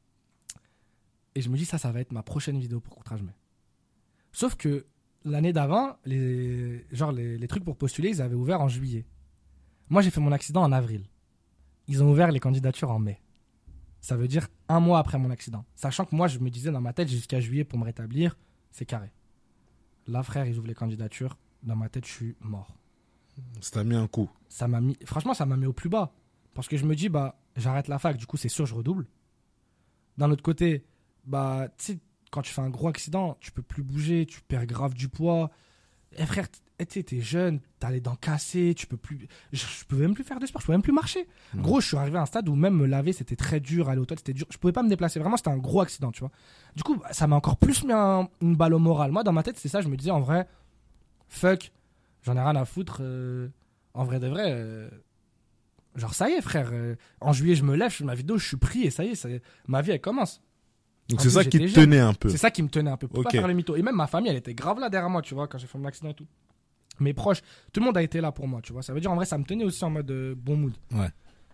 Et je me dis, ça, ça va être ma prochaine vidéo pour Courtrage Mai. Sauf que l'année d'avant, les, genre les, les trucs pour postuler, ils avaient ouvert en juillet. Moi, j'ai fait mon accident en avril. Ils ont ouvert les candidatures en mai. Ça veut dire un mois après mon accident. Sachant que moi, je me disais dans ma tête, j'ai jusqu'à juillet pour me rétablir, c'est carré. Là, frère, ils ouvrent les candidatures. Dans ma tête, je suis mort. Ça t'a mis un coup. Ça m'a mis, franchement, ça m'a mis au plus bas. Parce que je me dis, bah, j'arrête la fac, du coup, c'est sûr, je redouble. D'un autre côté, bah, tu sais, quand tu fais un gros accident, tu peux plus bouger, tu perds grave du poids. Et frère, tu sais, t'es jeune, t'as les dents cassées, tu peux plus. Je, je pouvais même plus faire de sport, je pouvais même plus marcher. Mmh. Gros, je suis arrivé à un stade où même me laver, c'était très dur, aller aux toilettes, c'était dur. Je pouvais pas me déplacer. Vraiment, c'était un gros accident, tu vois. Du coup, ça m'a encore plus mis un- une balle au moral. Moi, dans ma tête, c'est ça, je me disais, en vrai, fuck, j'en ai rien à foutre. euh, en vrai de vrai. euh, Genre, ça y est, frère. euh, en juillet, je me lève, je fais ma vidéo, je suis pris et ça y est, ça y est, ma vie, elle commence. Donc En c'est plus, ça qui j'étais te jeune. tenait un peu. C'est ça qui me tenait un peu pour Ok. pas faire les mythos. Et même ma famille, elle était grave là derrière moi, tu vois, quand j'ai fait mon accident et tout. Mes proches, tout le monde a été là pour moi, tu vois. Ça veut dire, en vrai, ça me tenait aussi en mode euh, bon mood. Ouais.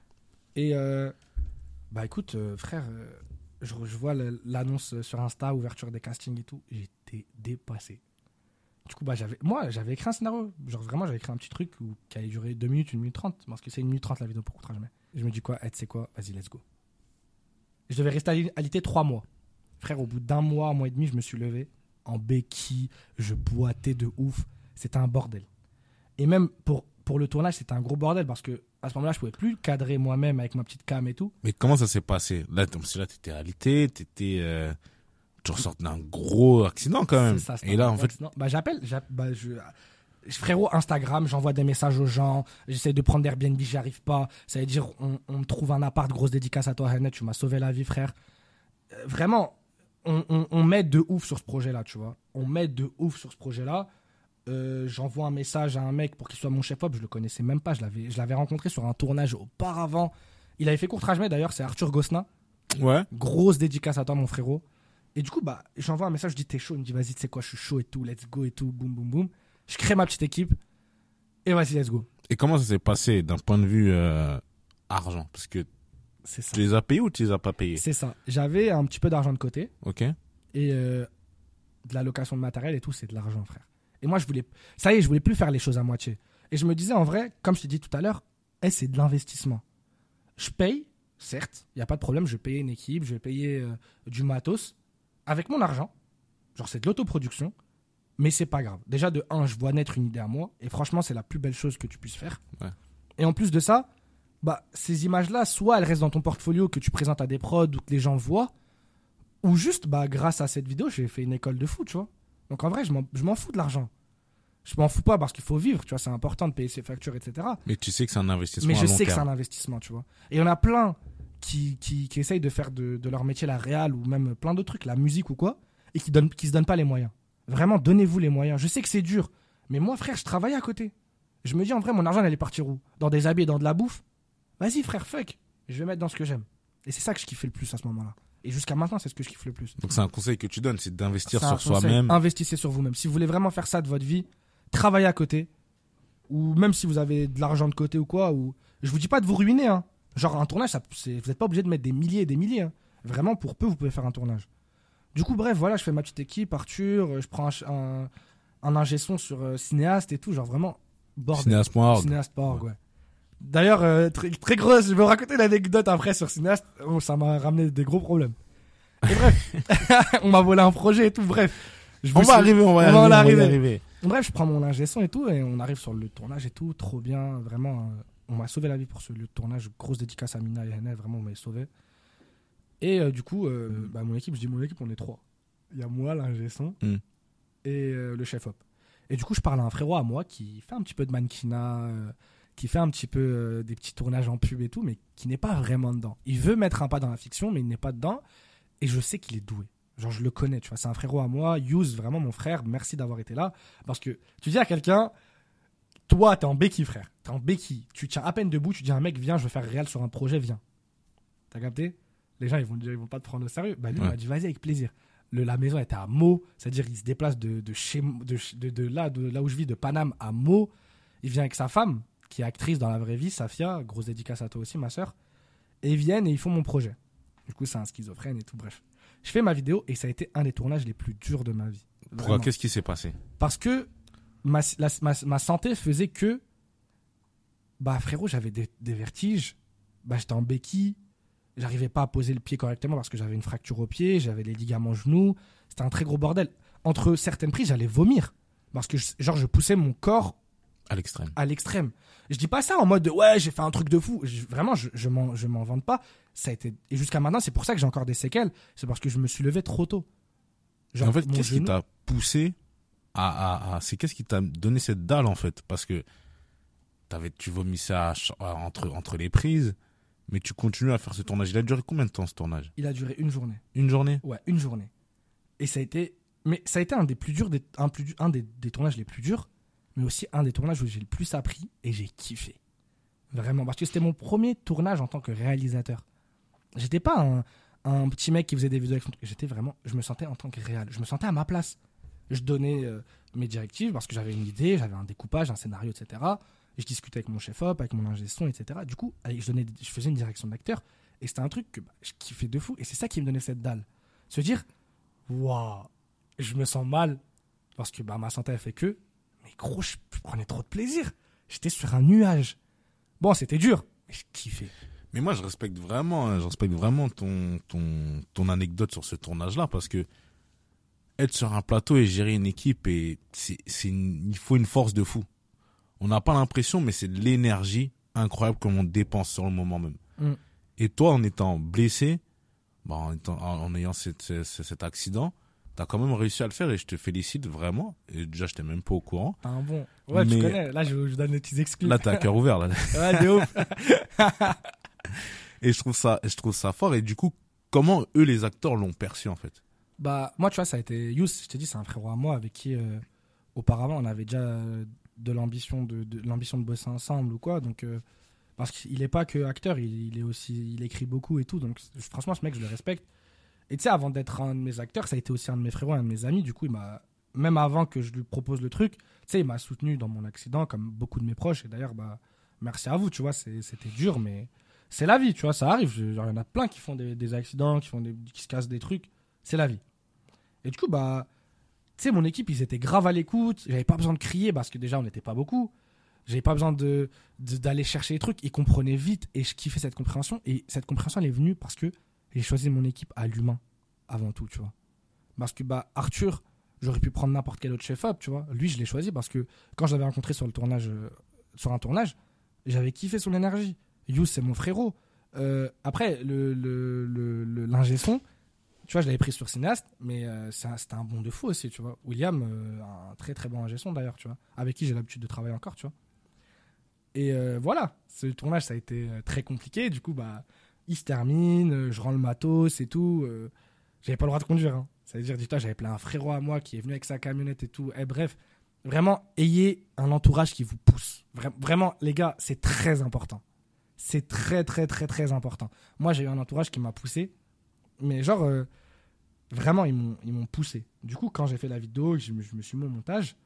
Et euh, bah écoute, euh, frère, euh, je, je vois le- l'annonce sur Insta, ouverture des castings et tout. J'étais dépassé. Du coup, bah, j'avais, moi, j'avais écrit un scénario. Genre, vraiment, j'avais écrit un petit truc où, qui allait durer deux minutes, une minute trente. Parce que c'est une minute trente la vidéo pour Courtrage Mai. Je me dis quoi, eh, tu sais quoi, vas-y, let's go. Je devais rester ali- alité trois mois. Frère, au bout d'un mois, un mois et demi, je me suis levé en béquille. Je boitais de ouf. C'était un bordel. Et même pour, pour le tournage, c'était un gros bordel parce que à ce moment-là, je pouvais plus cadrer moi-même avec ma petite cam et tout. Mais comment ça s'est passé? Là, t- parce que là, t'étais alité, t'étais, euh, tu ressors d'un gros accident quand même. C'est ça, c'est Et un là, gros en fait, accident. Bah, j'appelle, j'app- bah, je, frérot, Instagram, j'envoie des messages aux gens, j'essaie de prendre Airbnb, j'y arrive pas. Ça veut dire, on, on me trouve un appart, grosse dédicace à toi, Hanet, tu m'as sauvé la vie, frère. Euh, vraiment, on, on, on m'aide de ouf sur ce projet-là, tu vois. On m'aide de ouf sur ce projet-là. Euh, j'envoie un message à un mec pour qu'il soit mon chef-op, je le connaissais même pas, je l'avais, je l'avais rencontré sur un tournage auparavant. Il avait fait Courtrage Mai d'ailleurs, c'est Arthur Gosselin. ouais. Grosse dédicace à toi, mon frérot. Et du coup, bah, j'envoie un message, je dis t'es chaud, il me dit vas-y, tu sais quoi, je suis chaud et tout, let's go et tout, boum boum boum. Je crée ma petite équipe et vas-y, let's go. Et comment ça s'est passé d'un point de vue euh, argent? Parce que C'est ça. Tu les as payés ou tu les as pas payés? C'est ça. J'avais un petit peu d'argent de côté. Ok. Et euh, de la location de matériel et tout, c'est de l'argent, frère. Et moi, je voulais. Ça y est, je voulais plus faire les choses à moitié. Et je me disais, en vrai, comme je t'ai dit tout à l'heure, hey, c'est de l'investissement. Je paye, certes, il n'y a pas de problème, je vais payer une équipe, je vais payer euh, du matos avec mon argent. Genre, c'est de l'autoproduction. Mais c'est pas grave. Déjà, de un, je vois naître une idée à moi. Et franchement, c'est la plus belle chose que tu puisses faire. Ouais. Et en plus de ça, bah, ces images-là, soit elles restent dans ton portfolio que tu présentes à des prods ou que les gens voient, ou juste, bah, grâce à cette vidéo, j'ai fait une école de foot, tu vois. Donc en vrai, je m'en, je m'en fous de l'argent. Je m'en fous pas parce qu'il faut vivre, tu vois. C'est important de payer ses factures, et cetera. Mais tu sais que c'est un investissement Mais à je long sais que c'est terme. un investissement, tu vois. Et il y en a plein qui, qui, qui essayent de faire de, de leur métier la réal ou même plein d'autres trucs, la musique ou quoi, et qui ne qui se donnent pas les moyens. Vraiment, donnez-vous les moyens. Je sais que c'est dur, mais moi, frère, je travaille à côté. Je me dis, en vrai, mon argent, il allait partir où? Dans des habits et dans de la bouffe? Vas-y, frère, fuck. Je vais mettre dans ce que j'aime. Et c'est ça que je kiffais le plus à ce moment-là. Et jusqu'à maintenant, c'est ce que je kiffe le plus. Donc c'est un conseil que tu donnes, c'est d'investir C'est un sur conseil. soi-même. Investissez sur vous-même. Si vous voulez vraiment faire ça de votre vie, travaillez à côté. Ou même si vous avez de l'argent de côté ou quoi. Ou... Je vous dis pas de vous ruiner. Hein. Genre, un tournage, ça, c'est... vous n'êtes pas obligé de mettre des milliers et des milliers. Hein. Vraiment, pour peu, vous pouvez faire un tournage. Du coup, bref, voilà, je fais ma petite équipe, Arthur. Je prends un, un, un ingé son sur euh, cinéaste et tout. Genre, vraiment, bordel. Cinéaste point org. Cinéaste point org, ouais. D'ailleurs, euh, très, très grosse, je vais vous raconter l'anecdote après sur Cinéaste. Oh, ça m'a ramené des gros problèmes. Et bref, on m'a volé un projet et tout, bref. Je On me va suis- arriver, on va on y va arriver, en on va y arriver. arriver. Bref, je prends mon ingé son et tout, et on arrive sur le tournage et tout, trop bien, vraiment. euh, on m'a sauvé la vie pour ce lieu de tournage. Grosse dédicace à Mina et Henel, vraiment, on m'a sauvé. Et euh, du coup, euh, bah, mon équipe, je dis mon équipe, on est trois. Il y a moi, l'ingé son, Mm. et euh, le chef-op. Et du coup, je parle à un frérot à moi qui fait un petit peu de mannequinat, euh, qui fait un petit peu euh, des petits tournages en pub et tout, mais qui n'est pas vraiment dedans. Il veut mettre un pas dans la fiction, mais il n'est pas dedans. Et je sais qu'il est doué. Genre, je le connais, tu vois. C'est un frérot à moi. Use, vraiment mon frère. Merci d'avoir été là. Parce que tu dis à quelqu'un, toi, t'es en béquille, frère. T'es en béquille. Tu tiens à peine debout. Tu dis à un mec, viens, je veux faire réel sur un projet, viens. T'as capté? Les gens, ils vont, dire, ils vont pas te prendre au sérieux. Bah, lui, Ouais. il m'a dit, vas-y, avec plaisir. Le, la maison était à Meaux. C'est-à-dire, il se déplace de, de, chez, de, de, de là, de là où je vis, de Paname à Meaux. Il vient avec sa femme, qui est actrice dans la vraie vie, Safia. Grosse dédicace à toi aussi, ma sœur. Et ils viennent et ils font mon projet. Du coup, c'est un schizophrène et tout, bref. Je fais ma vidéo et ça a été un des tournages les plus durs de ma vie. Pourquoi? Vraiment. Qu'est-ce qui s'est passé? Parce que ma, la- ma, ma santé faisait que, bah frérot, j'avais des, des vertiges, bah j'étais en béquille, j'arrivais pas à poser le pied correctement parce que j'avais une fracture au pied, j'avais les ligaments genoux, c'était un très gros bordel. Entre certaines prises, j'allais vomir parce que je- genre je poussais mon corps À l'extrême. à l'extrême. Je dis pas ça en mode de, ouais, j'ai fait un truc de fou. Je- vraiment, je, je m'en, je m'en vante pas. Ça a été, et jusqu'à maintenant, c'est pour ça que j'ai encore des séquelles. C'est parce que je me suis levé trop tôt. en fait, mon qu'est-ce qui genou- t'a poussé à, à, à- c'est qu'est-ce qui t'a donné cette dalle en fait? Parce que t'avais, tu vomissais à ch- à- entre, entre les prises, mais tu continues à faire ce tournage. Il a duré combien de temps ce tournage? Il a duré une journée. Une journée? Ouais, une journée. Et ça a été, mais ça a été un des plus durs, des, un, plus, du- un des, des tournages les plus durs, mais aussi un des tournages où j'ai le plus appris et j'ai kiffé. Vraiment, parce que c'était mon premier tournage en tant que réalisateur. J'étais pas un, un petit mec qui faisait des vidéos avec son truc. J'étais vraiment, je me sentais en tant que réal. Je me sentais à ma place. Je donnais euh, mes directives parce que j'avais une idée, j'avais un découpage, un scénario, et cetera. Et je discutais avec mon chef-op, avec mon ingé son, et cetera. Du coup, allez, je, donnais, je faisais une direction d'acteur et c'était un truc que bah, je kiffais de fou. Et c'est ça qui me donnait cette dalle. Se dire, waouh, je me sens mal parce que bah, ma santé a fait que, mais gros, je, je prenais trop de plaisir. J'étais sur un nuage. Bon, c'était dur, mais je kiffais. Mais moi, je respecte vraiment, hein, je respecte vraiment ton, ton, ton anecdote sur ce tournage-là, parce que être sur un plateau et gérer une équipe, et c'est, c'est une- il faut une force de fou. On n'a pas l'impression, mais c'est de l'énergie incroyable que l'on dépense sur le moment même. Mm. Et toi, en étant blessé, bah, en, étant- en- en ayant cette- ce- ce- cet accident, t'as quand même réussi à le faire et je te félicite vraiment. Et déjà, j'étais même pas au courant. T'as un bon. Ouais, Mais- tu connais. Là, je, je donne les petits exclus. Là, t'as à cœur ouvert, là. Ouais, de ouf. Et je trouve ça, je trouve ça fort. Et du coup, comment eux, les acteurs, l'ont perçu, en fait? Bah, moi, tu vois, ça a été. Yous, je t'ai dit, c'est un frérot à moi avec qui, euh, auparavant, on avait déjà euh, de l'ambition de, de, l'ambition de bosser ensemble ou quoi. Donc, euh, parce qu'il est pas que acteur, il, il est aussi. Il écrit beaucoup et tout. Donc, franchement, ce mec, je le respecte. Et tu sais, avant d'être un de mes acteurs, ça a été aussi un de mes frérots, un de mes amis. Du coup, il m'a. Même avant que je lui propose le truc, tu sais, il m'a soutenu dans mon accident, comme beaucoup de mes proches. Et d'ailleurs, bah, merci à vous, tu vois, c'est- c'était dur, mais c'est la vie, tu vois, ça arrive. Genre, il y en a plein qui font des, des accidents, qui, font des, qui se cassent des trucs. C'est la vie. Et du coup, bah, tu sais, mon équipe, ils étaient grave à l'écoute. J'avais pas besoin de crier parce que déjà, on n'était pas beaucoup. J'avais pas besoin de, de, d'aller chercher les trucs. Ils comprenaient vite et je kiffais cette compréhension. Et cette compréhension, elle est venue parce que j'ai choisi mon équipe à l'humain avant tout, tu vois. Parce que, bah, Arthur, j'aurais pu prendre n'importe quel autre chef-op, tu vois. Lui, je l'ai choisi parce que quand je l'avais rencontré sur, le tournage, euh, sur un tournage, j'avais kiffé son énergie. Youss, c'est mon frérot. Euh, après, le, le, le, le, l'ingé son, tu vois, je l'avais pris sur Cinéaste, mais euh, c'est un, c'était un bon de fou aussi, tu vois. William, euh, un très très bon ingé son d'ailleurs, tu vois, avec qui j'ai l'habitude de travailler encore, tu vois. Et euh, voilà, ce tournage, ça a été euh, très compliqué. Du coup, bah, il se termine, euh, je rends le matos et tout. Euh, j'avais pas le droit de conduire, hein. Ça veut dire, dis-toi, j'avais plein un frérot à moi qui est venu avec sa camionnette et tout. Et bref, vraiment, ayez un entourage qui vous pousse. Vra- vraiment, les gars, c'est très important. C'est très, très, très, très important. Moi, j'ai eu un entourage qui m'a poussé. Mais genre, euh, vraiment, ils m'ont, ils m'ont poussé. Du coup, quand j'ai fait la vidéo, je, me- je me suis mis au montage.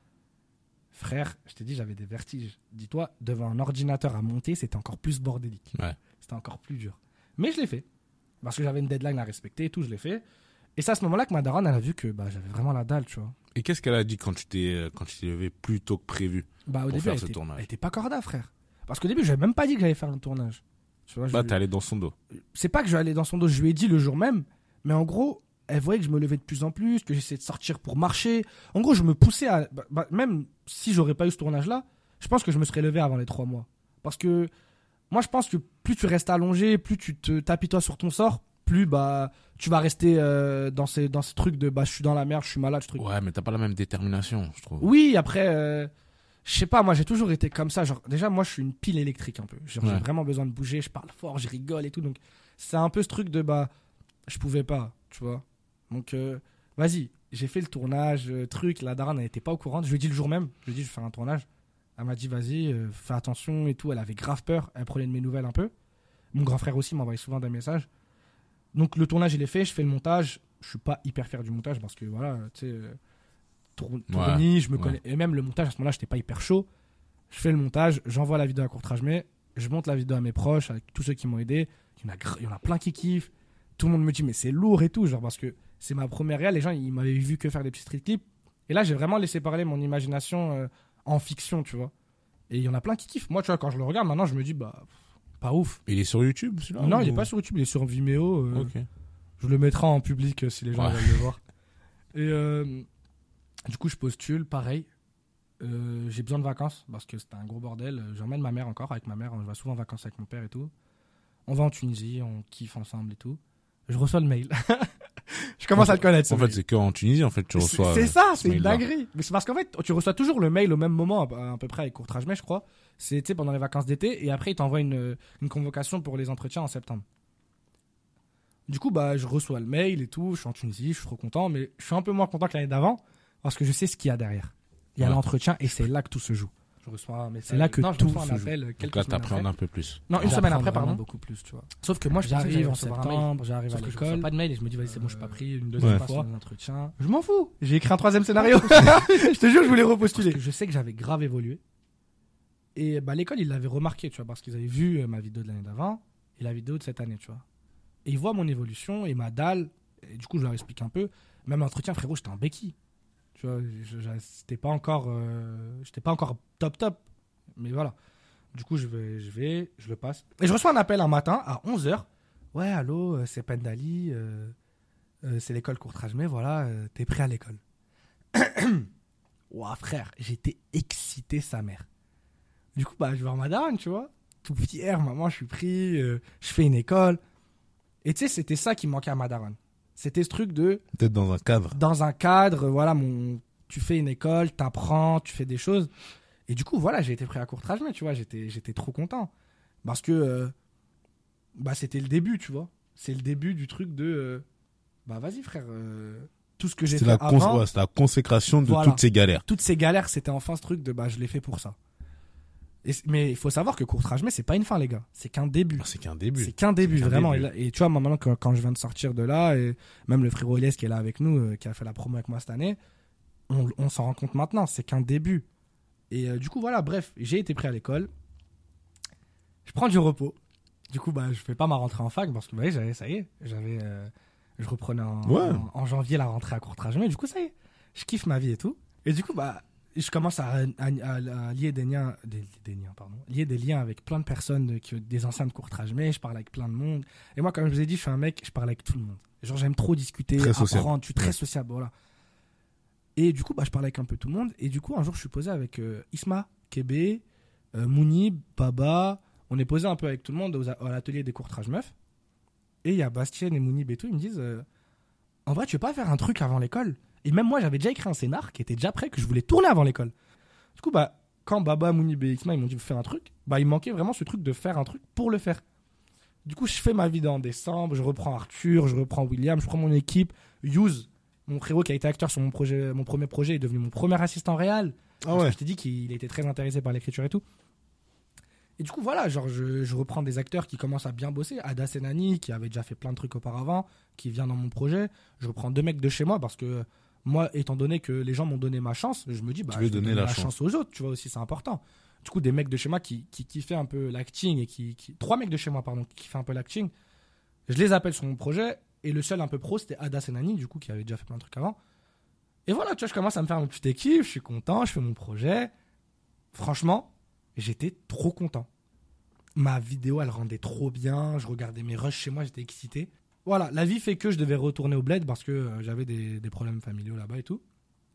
Frère, je t'ai dit, j'avais des vertiges. Dis-toi, devant un ordinateur à monter, c'était encore plus bordélique. Ouais. C'était encore plus dur. Mais je l'ai fait. Parce que j'avais une deadline à respecter et tout, je l'ai fait. Et c'est à ce moment-là que ma daronne, elle a vu que bah, j'avais vraiment la dalle, tu vois. Et qu'est-ce qu'elle a dit quand tu t'es, quand tu t'es levé plus tôt que prévu Bah, au pour début, faire elle ce était, tournage? elle était pas corda, frère. Parce qu'au début, je n'avais même pas dit que j'allais faire un tournage. Tu vois, Bah, je- t'es allé dans son dos. c'est pas que je vais aller dans son dos, je lui ai dit le jour même, mais en gros, elle voyait que je me levais de plus en plus, que j'essayais de sortir pour marcher. En gros, je me poussais à. Bah, bah, même si j'aurais pas eu ce tournage-là, je pense que je me serais levé avant les trois mois. Parce que moi, je pense que plus tu restes allongé, plus tu te t'apitoies sur ton sort, plus bah, tu vas rester euh, dans, ces, dans ce truc de bah, je suis dans la merde, je suis malade, ce truc. Ouais, mais t'as pas la même détermination, je trouve. Oui, après, euh, je sais pas, moi j'ai toujours été comme ça. Genre, déjà, moi je suis une pile électrique un peu. Genre, Ouais. J'ai vraiment besoin de bouger, je parle fort, je rigole et tout. Donc, c'est un peu ce truc de bah, je pouvais pas, tu vois. Donc, euh, vas-y, j'ai fait le tournage, euh, truc. La daronne, elle était pas au courant. Je lui ai dit le jour même, je lui ai dit, je vais faire un tournage. Elle m'a dit, vas-y, euh, fais attention et tout. Elle avait grave peur, elle prenait de mes nouvelles un peu. Mon grand frère aussi m'envoyait souvent des messages. Donc, le tournage, il est fait, je fais le montage. Je suis pas hyper fier du montage parce que voilà, tu sais. euh, tour- tournis, je me ouais. connais. Et même le montage, à ce moment-là, j'étais pas hyper chaud. Je fais le montage, j'envoie la vidéo à Courtrage, mais je monte la vidéo à mes proches, avec tous ceux qui m'ont aidé. Il y en a, gr- il y en a plein qui kiffent. Tout le monde me dit, mais c'est lourd et tout, genre parce que c'est ma première réelle. Les gens, ils m'avaient vu que faire des petits street clips. Et là, j'ai vraiment laissé parler mon imagination euh, en fiction, tu vois. Et il y en a plein qui kiffent. Moi, tu vois, quand je le regarde, maintenant, je me dis, bah, pff, pas ouf. Il est sur YouTube, celui-là? non, ou- il est pas sur YouTube, il est sur Vimeo. euh, Ok. Je le mettrai en public euh, si les gens Ouais. veulent le voir. Et euh, du coup, je postule, pareil. Euh, j'ai besoin de vacances parce que c'était un gros bordel. Euh, J'emmène ma mère encore avec ma mère. On va souvent en vacances avec mon père et tout. On va en Tunisie, on kiffe ensemble et tout. Je reçois le mail. je commence à le connaître. ce En fait, mail. c'est qu'en Tunisie, en fait, tu C'est- reçois. c'est euh, ça, ce c'est une mail-là. dinguerie. Mais c'est parce qu'en fait, tu reçois toujours le mail au même moment, à, à peu près avec Courtrage Mai, je crois. C'est tu sais, pendant les vacances d'été. Et après, ils t'envoient une, une convocation pour les entretiens en septembre. Du coup, bah, je reçois le mail et tout. Je suis en Tunisie, je suis trop content. Mais je suis un peu moins content que l'année d'avant parce que je sais ce qu'il y a derrière. Il y a Ouais. l'entretien et c'est là que tout se joue. Je reçois un message. C'est là que non, je tout reçois un se joue. appel Donc quelques là, semaines t'appréhendes après. un peu plus. Non, une semaine après, pardon. beaucoup plus, tu vois. Sauf que moi, je pensais que j'allais J'arrive en recevoir un mail. septembre, j'arrive à Sauf que je reçois l'école. pas de mail et je me dis, vas-y, c'est bon, je suis pas pris une Ouais. deuxième Je fois. passe un entretien. Je m'en fous. J'ai écrit un troisième scénario. je te jure, je voulais repostuler. Parce que je sais que j'avais grave évolué. Et bah, l'école, ils l'avaient remarqué, tu vois, parce qu'ils avaient vu euh, ma vidéo de l'année d'avant et la vidéo de cette année, tu vois. Et ils voient mon évolution et ma dalle. Et du coup, je leur explique un peu. Même l'entretien, frérot, j'étais un béquille. Tu vois, je- je- c'était pas encore, euh, j'étais pas encore top top. Mais voilà. Du coup, je vais, je vais, je le passe. Et je reçois un appel un matin à onze heures. Ouais, allô, euh, c'est Pendali. euh, euh, c'est l'école Courtrage Mai, voilà, euh, t'es prêt à l'école. Ouah, frère, j'étais excité, sa mère. Du coup, bah, je vais voir ma daronne, tu vois. Tout fier, maman, je suis pris, euh, je fais une école. Et tu sais, c'était ça qui manquait à ma daronne. C'était ce truc de, Peut-être dans un cadre. dans un cadre, voilà, mon, tu fais une école, t'apprends, tu fais des choses. Et du coup, voilà, j'ai été prêt à Courtrage Mai, tu vois, j'étais, j'étais trop content. Parce que, euh, bah, c'était le début, tu vois. C'est le début du truc de, euh, bah, vas-y, frère, euh, tout ce que j'ai C'est fait la, cons- avant, ouais, c'est la consécration de Voilà. toutes ces galères. toutes ces galères, c'était enfin ce truc de, bah, je l'ai fait pour ça. Et c- mais il faut savoir que Courtrage Mai, c'est pas une fin, les gars. C'est qu'un début. C'est qu'un début. C'est qu'un début, C'est qu'un vraiment. début. Et, là- et tu vois, moi, maintenant, quand, quand je viens de sortir de là, et même le frérot Elias qui est là avec nous, euh, qui a fait la promo avec moi cette année, on, on s'en rend compte maintenant, c'est qu'un début. Et euh, du coup, voilà, bref, j'ai été pris à l'école. Je prends du repos. Du coup, bah, je fais pas ma rentrée en fac parce que, bah, j'avais, ça y est, j'avais, euh, je reprenais en, Ouais. en, en janvier la rentrée à Courtrajmé. Du coup, ça y est, je kiffe ma vie et tout. Et du coup, bah, je commence à, à, à- à lier des liens, des, des liens, pardon, lier des liens avec plein de personnes, de- qui, des anciens de Courtrajmé. Je parle avec plein de monde. Et moi, comme je vous ai dit, je suis un mec, je parle avec tout le monde. Genre, j'aime trop discuter, Très sociable. apprendre. Je suis très Ouais. sociable, voilà. Et du coup, bah, je parlais avec un peu tout le monde. Et du coup, un jour, je suis posé avec euh, Isma, Kébé, euh, Mounib, Baba. On est posé un peu avec tout le monde aux, à l'atelier des Courtrage Meufs. Et il y a Bastien et Mounib et tout. Ils me disent euh, en vrai, tu veux pas faire un truc avant l'école? Et même moi, j'avais déjà écrit un scénar qui était déjà prêt, que je voulais tourner avant l'école. Du coup, bah, quand Baba, Mounib et Isma ils m'ont dit faire un truc, bah, il manquait vraiment ce truc de faire un truc pour le faire. Du coup, je fais ma vidéo en décembre. Je reprends Arthur, je reprends William, je prends mon équipe. Use, mon frérot qui a été acteur sur mon, projet, mon premier projet, est devenu mon premier assistant réel. Ah Parce ouais. que je t'ai dit qu'il était très intéressé par l'écriture et tout. Et du coup, voilà, genre, je, je reprends des acteurs qui commencent à bien bosser. Ada Senani, qui avait déjà fait plein de trucs auparavant, qui vient dans mon projet. Je reprends deux mecs de chez moi parce que moi, étant donné que les gens m'ont donné ma chance, je me dis, bah, Tu veux je vais donner donner la la chance. chance aux autres, tu vois aussi, c'est important. Du coup, des mecs de chez moi qui, qui kiffaient un peu l'acting et qui, qui. Trois mecs de chez moi, pardon, qui kiffaient un peu l'acting. Je les appelle sur mon projet. Et le seul un peu pro, c'était Ada Senani, du coup, qui avait déjà fait plein de trucs avant. Et voilà, tu vois, je commence à me faire une petite équipe, je suis content, je fais mon projet. Franchement, j'étais trop content. Ma vidéo, elle rendait trop bien, je regardais mes rushs chez moi, j'étais excité. Voilà, la vie fait que je devais retourner au bled parce que euh, j'avais des, des problèmes familiaux là-bas et tout.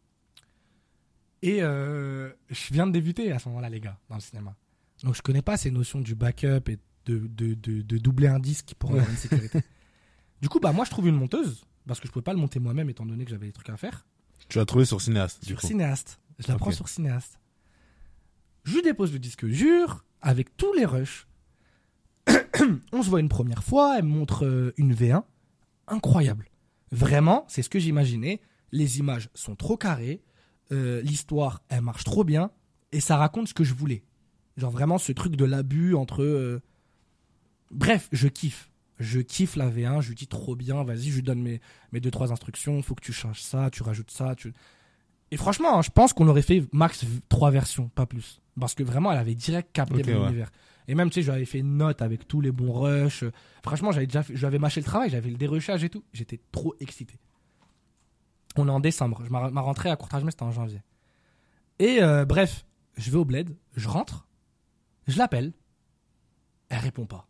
Et euh, je viens de débuter à ce moment-là, les gars, dans le cinéma. Donc je connais pas ces notions du backup et de, de, de, de doubler un disque pour avoir une sécurité. Du coup, bah moi, je trouve une monteuse parce que je pouvais pas le monter moi-même étant donné que j'avais des trucs à faire. Tu l'as trouvé sur Cinéaste, du Sur coup. Cinéaste. Je la Ok. prends sur Cinéaste. Je lui dépose le disque dur avec tous les rushs. On se voit une première fois, elle me montre euh, une V un. Incroyable. Vraiment, c'est ce que j'imaginais. Les images sont trop carrées. euh, L'histoire, elle marche trop bien. Et ça raconte ce que je voulais. Genre vraiment ce truc de l'abus entre... euh, Bref, je kiffe. Je kiffe la V un, je lui dis trop bien, vas-y, je lui donne mes, mes deux, trois instructions, faut que tu changes ça, tu rajoutes ça. Tu... Et franchement, hein, je pense qu'on aurait fait max v- trois versions, pas plus. Parce que vraiment, elle avait direct capté Ok, mon ouais. univers. Et même, tu sais, je lui avais fait une note avec tous les bons rushs. Franchement, j'avais déjà fait, je lui avais mâché le travail, j'avais le dérushage et tout. J'étais trop excité. On est en décembre. Je, ma, ma rentrée à Courtrajmé, c'était en janvier. Et euh, bref, je vais au bled, je rentre, je l'appelle, elle répond pas.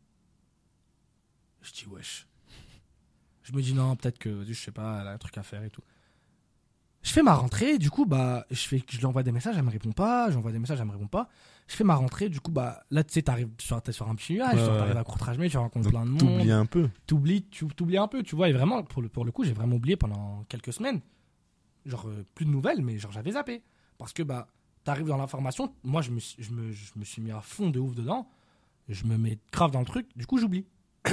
Je dis wesh. Je me dis non, peut-être que, je sais pas, elle a un truc à faire et tout. Je fais ma rentrée, du coup, bah, je, fais, je lui envoie des messages, elle me répond pas, j'envoie des messages, elle me répond pas. Je fais ma rentrée, du coup, bah, là, tu sais, t'arrives sur, t'es sur un petit nuage, Ouais, genre, ouais. t'arrives à Courtrajmé, tu rencontres Donc, plein de monde. t'oublies un peu. T'oublies, tu t'oublies un peu, tu vois, et vraiment, pour le, pour le coup, j'ai vraiment oublié pendant quelques semaines. Genre, euh, plus de nouvelles, mais genre, j'avais zappé. Parce que, bah, t'arrives dans l'information, moi, je me, suis- je, me, je me suis mis à fond de ouf dedans, je me mets grave dans le truc, du coup, j'oublie.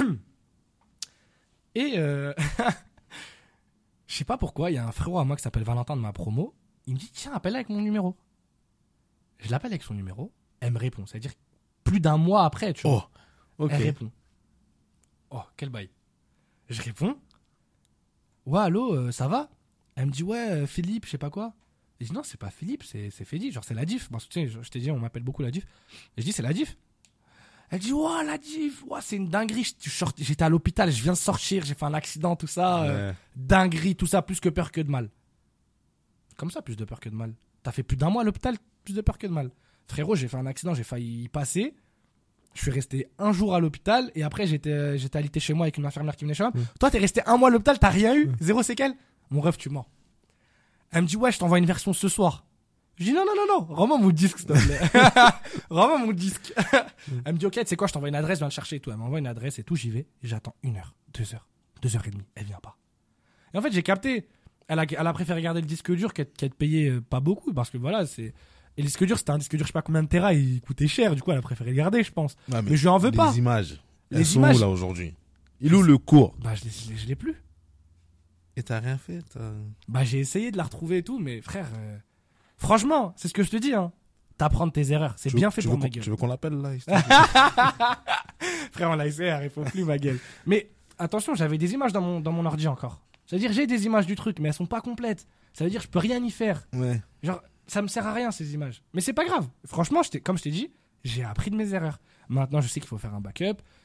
Et, euh, je sais pas pourquoi, il y a un frérot à moi qui s'appelle Valentin de ma promo, il me dit, tiens, appelle avec mon numéro. Je l'appelle avec son numéro, elle me répond, c'est-à-dire plus d'un mois après, tu vois. Oh, ok. Elle répond. Oh, quel bail. Je réponds. Ouais, allô, euh, ça va? Elle me dit, ouais, euh, Philippe, je sais pas quoi. Je dis, non, c'est pas Philippe, c'est c'est Fedi, genre c'est la diff. Parce que tu sais, je, je t'ai dit, on m'appelle beaucoup la diff. Et je dis, c'est la diff. Elle dit, ouais, la diff, ouais, c'est une dinguerie. Je- je sort- J'étais à l'hôpital, je viens de sortir, j'ai fait un accident, tout ça. euh, Ouais. dinguerie, tout ça, plus que peur que de mal. Comme ça, plus de peur que de mal. T'as fait plus d'un mois à l'hôpital, plus de peur que de mal. Frérot, j'ai fait un accident, j'ai failli y passer. Je suis resté un jour à l'hôpital et après j'étais j'étais alité chez moi avec une infirmière qui venait chez moi. Mm. Toi, t'es resté un mois à l'hôpital, t'as rien eu, zéro séquelle. Mon rêve, tu mens. Elle me dit, ouais, je t'envoie une version ce soir. Je dis, non, non, non, non, rends-moi mon disque, s'il te plaît. Rends-moi mon disque. Elle me dit, ok, tu sais quoi, je t'envoie une adresse, je viens te chercher et tout. Elle m'envoie une adresse et tout, j'y vais. Et j'attends une heure, deux heures, deux heures et demie. Elle vient pas. Et en fait, j'ai capté. Elle a, elle a préféré garder le disque dur qu'être qu'être payé euh, pas beaucoup parce que voilà, c'est. Et le disque dur, c'était un disque dur, je sais pas combien de téra, il coûtait cher. Du coup, elle a préféré le garder, je pense. Ouais, Mais je lui en veux les pas. images. Les Elles sont images. où, là, aujourd'hui? Il est où le cours? Bah, je l'ai- je l'ai- je l'ai plus. Et t'as rien fait, t'as... Bah, j'ai essayé de la retrouver et tout, mais frère, euh, franchement, c'est ce que je te dis, hein. T'apprends de tes erreurs. C'est Tu bien veux- fait tu pour veux ma qu'on- gueule. Tu veux qu'on l'appelle, là? Frère, on l'a essayé, elle répond plus, ma gueule. Mais attention, j'avais des images dans mon, dans mon ordi encore. C'est-à-dire, j'ai des images du truc, mais elles sont pas complètes. Ça veut dire, je peux rien y faire. Ouais. Genre, ça me sert à rien, ces images. Mais c'est pas grave. Franchement, je t'ai- comme je t'ai dit, j'ai appris de mes erreurs. Maintenant, je sais qu'il faut faire un backup.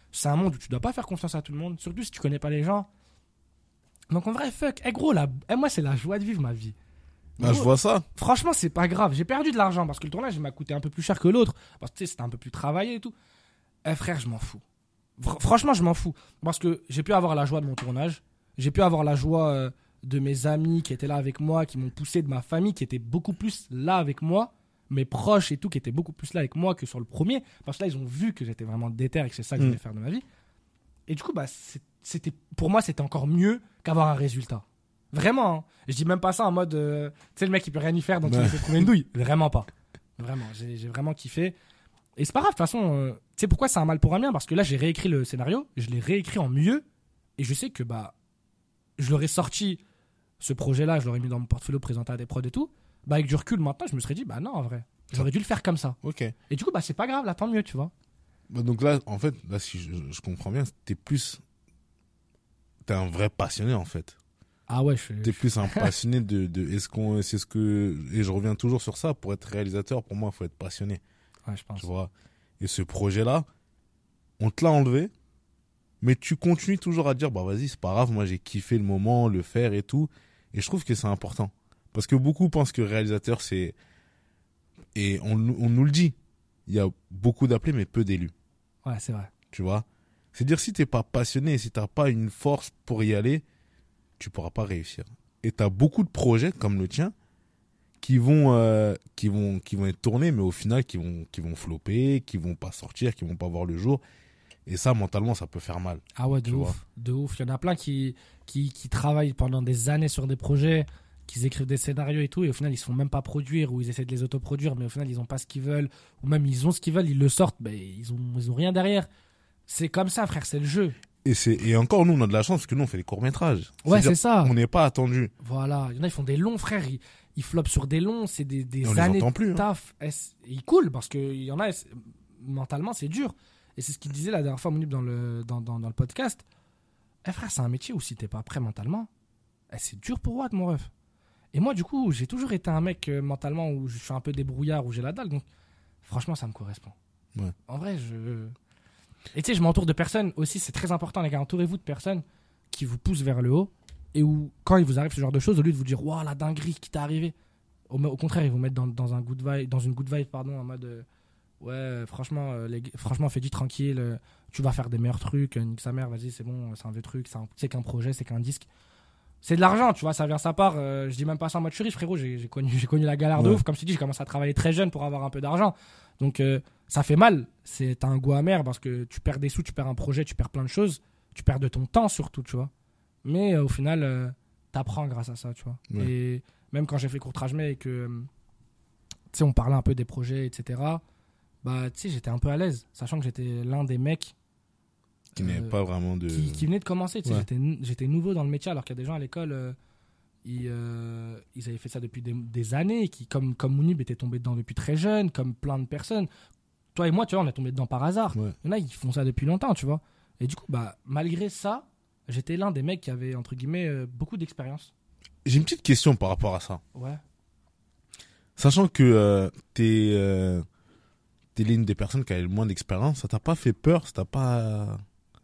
C'est un monde où tu dois pas faire confiance à tout le monde, surtout si tu connais pas les gens. Donc en vrai, fuck. Eh gros, la... eh, moi, c'est la joie de vivre ma vie. Ah, je vois ça. Franchement, c'est pas grave. J'ai perdu de l'argent parce que le tournage il m'a coûté un peu plus cher que l'autre. Parce que tu sais, c'était un peu plus travaillé et tout. Eh frère, je m'en fous. Fr- franchement, je m'en fous. Parce que j'ai pu avoir la joie de mon tournage. J'ai pu avoir la joie euh, de mes amis qui étaient là avec moi, qui m'ont poussé, de ma famille qui était beaucoup plus là avec moi. Mes proches et tout qui étaient beaucoup plus là avec moi que sur le premier. Parce que là, ils ont vu que j'étais vraiment déter et que c'est ça que je voulais Mm. faire de ma vie. Et du coup, bah, c'est- c'était, pour moi, c'était encore mieux qu'avoir un résultat. Vraiment. Hein. Je dis même pas ça en mode, euh, tu sais, le mec, il peut rien y faire, donc il Ouais. me fait trouver une douille. Vraiment pas. Vraiment. J'ai, j'ai vraiment kiffé. Et c'est pas grave, de toute façon, euh, tu sais pourquoi c'est un mal pour un bien? Parce que là, j'ai réécrit le scénario, je l'ai réécrit en mieux, et je sais que, bah, je l'aurais sorti, ce projet-là, je l'aurais mis dans mon portfolio, présenté à des prods et tout. Bah, avec du recul, maintenant, je me serais dit, bah non, en vrai. J'aurais dû le faire comme ça. Ok. Et du coup, bah, c'est pas grave, là, tant mieux, tu vois. Bah, donc là, en fait, là, si je, je comprends bien, t'es plus. T'es un vrai passionné, en fait. Ah ouais, je suis. T'es plus un passionné de, de. Est-ce qu'on. C'est ce que. Et je reviens toujours sur ça. Pour être réalisateur, pour moi, il faut être passionné. Ouais, je pense. Tu vois. Et ce projet-là, on te l'a enlevé, mais tu continues toujours à dire, bah vas-y, c'est pas grave, moi j'ai kiffé le moment, le faire et tout. Et je trouve que c'est important. Parce que beaucoup pensent que réalisateur, c'est. Et on, on nous le dit. Il y a beaucoup d'appelés, mais peu d'élus. Ouais, c'est vrai. Tu vois. C'est-à-dire, si t'es pas passionné, si t'as pas une force pour y aller, tu pourras pas réussir. Et t'as beaucoup de projets comme le tien qui vont, euh, qui vont, qui vont être tournés, mais au final, qui vont, qui vont flopper, qui vont pas sortir, qui vont pas voir le jour. Et ça, mentalement, ça peut faire mal. Ah ouais, de Tu ouf. vois. De ouf. Il y en a plein qui, qui, qui travaillent pendant des années sur des projets, qui écrivent des scénarios et tout, et au final, ils se font même pas produire, ou ils essaient de les autoproduire, mais au final, ils ont pas ce qu'ils veulent, ou même ils ont ce qu'ils veulent, ils le sortent, mais ils ont, ils ont rien derrière. C'est comme ça, frère, c'est le jeu. Et, c'est, et encore, nous, on a de la chance parce que nous, on fait des courts-métrages. Ouais, C'est-à-dire, c'est ça. On n'est pas attendu. Voilà. Il y en a, ils font des longs, frère. Ils, ils flopent sur des longs, c'est des, des Et on les années entend de plus, hein. taf. Et c'est- et ils coulent, parce qu'il y en a, c'est- mentalement, c'est dur. Et c'est ce qu'il disait la dernière fois, Mounib, dans le, dans, dans, dans le podcast. Eh frère, c'est un métier où si t'es pas prêt mentalement, eh, c'est dur pour Watt, mon ref. Et moi, du coup, j'ai toujours été un mec euh, mentalement où je suis un peu débrouillard, où j'ai la dalle. Donc, franchement, ça me correspond. Ouais. En vrai, je. Et tu sais, je m'entoure de personnes aussi, c'est très important, les gars. Entourez-vous de personnes qui vous poussent vers le haut et où, quand il vous arrive ce genre de choses, au lieu de vous dire, waouh, la dinguerie qui t'est arrivée, au, au contraire, ils vous mettent dans, dans, un good vibe, dans une good vibe, pardon, en mode. euh, Ouais, euh, franchement, euh, les, gars- franchement, fais-y tranquille. euh, tu vas faire des meilleurs trucs. euh, nique sa mère, vas-y, c'est bon, c'est un vieux truc. C'est, un- c'est qu'un projet, c'est qu'un disque. C'est de l'argent, tu vois, ça vient sa part. euh, je dis même pas ça en mode je suis riche, frérot. J'ai, j'ai, connu, j'ai connu la galère de Ouais. ouf. Comme je te dis, j'ai commencé à travailler très jeune pour avoir un peu d'argent. Donc, euh, ça fait mal. C'est, t'as un goût amer parce que tu perds des sous, tu perds un projet, tu perds plein de choses. Tu perds de ton temps surtout, tu vois. Mais euh, au final, euh, t'apprends grâce à ça, tu vois. Ouais. Et même quand j'ai fait Courtrage Mai et que, euh, tu sais, on parlait un peu des projets, et cetera. Bah, tu sais, j'étais un peu à l'aise, sachant que j'étais l'un des mecs Qui n'est euh, pas vraiment de. qui, qui venait de commencer. Tu sais, Ouais. j'étais, nou- j'étais nouveau dans le métier, alors qu'il y a des gens à l'école, euh, ils, euh, ils avaient fait ça depuis des, des années, qui, comme, comme Mounib était tombé dedans depuis très jeune, comme plein de personnes. Toi et moi, tu vois, on est tombé dedans par hasard. Ouais. Il y en a, ils font ça depuis longtemps, tu vois. Et du coup, bah, malgré ça, j'étais l'un des mecs qui avait, entre guillemets, euh, beaucoup d'expérience. J'ai une petite question par rapport à ça. Ouais. Sachant que euh, t'es, euh, t'es l'une des personnes qui a le moins d'expérience, ça t'a pas fait peur, ça t'a pas.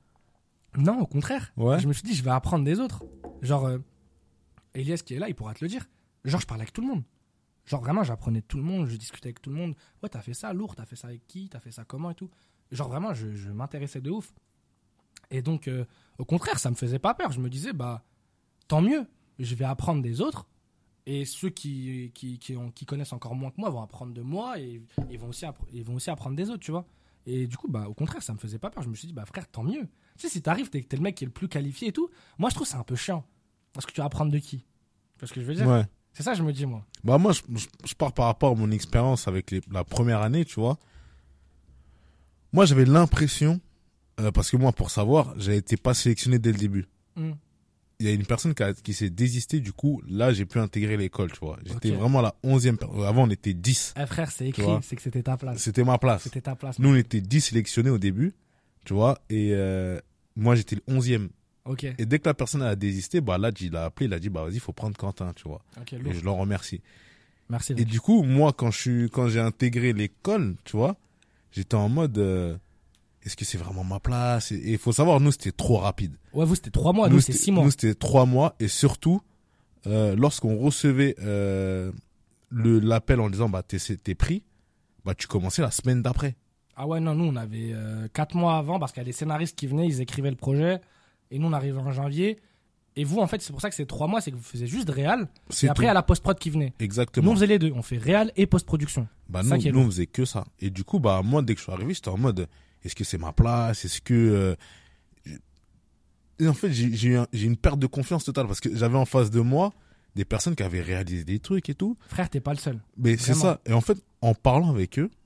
Non, au contraire. Ouais. Je me suis dit, je vais apprendre des autres. Genre, euh, Elias qui est là, il pourra te le dire. Genre, je parlais avec tout le monde. Genre, vraiment, j'apprenais de tout le monde, je discutais avec tout le monde. Ouais, t'as fait ça lourd, t'as fait ça avec qui, t'as fait ça comment et tout. Genre, vraiment, je, je m'intéressais de ouf. Et donc, euh, au contraire, ça me faisait pas peur. Je me disais, bah, tant mieux, je vais apprendre des autres. Et ceux qui, qui, qui, ont, qui connaissent encore moins que moi vont apprendre de moi et ils vont aussi, appre- ils vont aussi apprendre des autres, tu vois. Et du coup, bah, au contraire, ça me faisait pas peur. Je me suis dit, bah, frère, tant mieux. Tu sais, si t'arrives, t'es, t'es le mec qui est le plus qualifié et tout. Moi, je trouve que c'est un peu chiant. Parce que tu vas apprendre de qui? Tu vois ce que je veux dire? Ouais. C'est ça, je me dis, moi. Bah moi, je, je, je pars par rapport à mon expérience avec les, la première année, tu vois. Moi, j'avais l'impression, euh, parce que moi, pour savoir, j'avais été pas sélectionné dès le début. Mm. Il y a une personne qui, a- qui s'est désistée, du coup, là, j'ai pu intégrer l'école, tu vois. J'étais Ok. vraiment la onzième personne. Avant, on était dix. Eh, frère, c'est Tu écrit, vois. c'est que c'était ta place. C'était ma place. C'était ta place. Nous, on était dix sélectionnés au début, tu vois. Et euh, moi, j'étais le onzième. Ok, Et dès que la personne a désisté, bah là, il a appelé, il a dit, bah vas-y, faut prendre Quentin, tu vois. ok, Et lourd. je l'en remercie. Merci. Et mec. du coup, moi, quand je suis, quand j'ai intégré l'école, tu vois, j'étais en mode, euh, est-ce que c'est vraiment ma place? Et il faut savoir, nous, c'était trop rapide. Ouais, vous, c'était trois mois, nous, c'était six mois. Nous, c'était trois mois. Et surtout, euh, lorsqu'on recevait euh, le l'appel en disant, bah, t'es, t'es pris, bah, tu commençais la semaine d'après. Ah ouais, non, nous, on avait euh, quatre mois avant, parce qu'il y a des scénaristes qui venaient, ils écrivaient le projet, et nous, on arrivait en janvier. Et vous, en fait, c'est pour ça que c'est trois mois, c'est que vous faisiez juste réal, C'est et après, tout. il y a la post-prod qui venait. Exactement. Nous, on faisait les deux, on fait réal et post-production. Bah, C'est ça nous, qui est nous, on lourd. faisait que ça. Et du coup, bah, moi, dès que je suis arrivé, j'étais en mode, est-ce que c'est ma place? Est-ce que, euh, je- et en fait, j'ai, j'ai eu un- j'ai une perte de confiance totale parce que j'avais en face de moi des personnes qui avaient réalisé des trucs et tout. Frère, t'es pas le seul. Mais c'est Vraiment. ça. Et en fait, en parlant avec eux,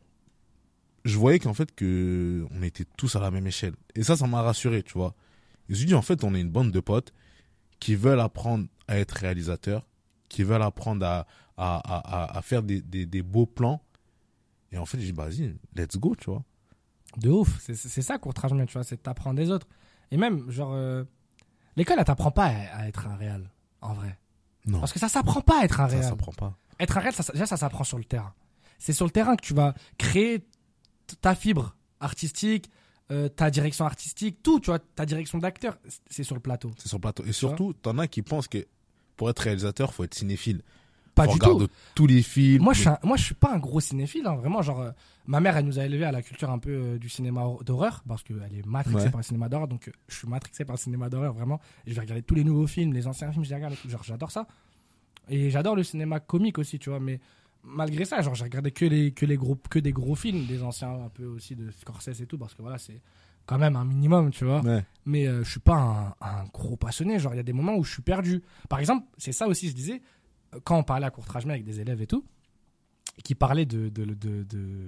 je voyais qu'en fait, que on était tous à la même échelle. Et ça, ça m'a rassuré, tu vois. Et je me suis dit, en fait, on est une bande de potes qui veulent apprendre à être réalisateurs, qui veulent apprendre à, à, à, à, à faire des, des, des beaux plans. Et en fait, j'ai dit, bah, vas-y, let's go, tu vois. De ouf, c'est c'est ça, court-métrage, tu vois, c'est de t'apprendre des autres. Et même, genre, euh, l'école, elle t'apprend pas à, à être un réal, en vrai. Non, Parce que ça s'apprend pas à être un ça, réal. ça prend pas. Être un réal, ça, déjà, ça s'apprend sur le terrain. C'est sur le terrain que tu vas créer t- ta fibre artistique, euh, ta direction artistique, tout, tu vois, ta direction d'acteur, c- c'est sur le plateau. C'est sur le plateau. Et surtout, t'en as qui pensent que pour être réalisateur, faut être cinéphile. Pas faut du tout. regarder tous les films. Moi, je suis, un- moi, je suis pas un gros cinéphile, hein, vraiment. Genre, euh, ma mère, elle nous a élevés à la culture un peu euh, du cinéma hor- d'horreur, parce qu'elle est matrixée Ouais. par le cinéma d'horreur, donc euh, je suis matrixé par le cinéma d'horreur, vraiment. Et je vais regarder tous les nouveaux films, les anciens films, je les regarde, et tout. Genre, j'adore ça. Et j'adore le cinéma comique aussi, tu vois. Mais malgré ça, genre, j'ai regardé que les, que les gros, que des gros films, des anciens un peu aussi de Scorsese et tout, parce que voilà, c'est quand même un minimum, tu vois. Ouais. Mais euh, je suis pas un, un gros passionné. Genre, il y a des moments où je suis perdu. Par exemple, c'est ça aussi, je disais, euh, quand on parlait à court-métrage avec des élèves et tout, qui parlaient de, de, de, de,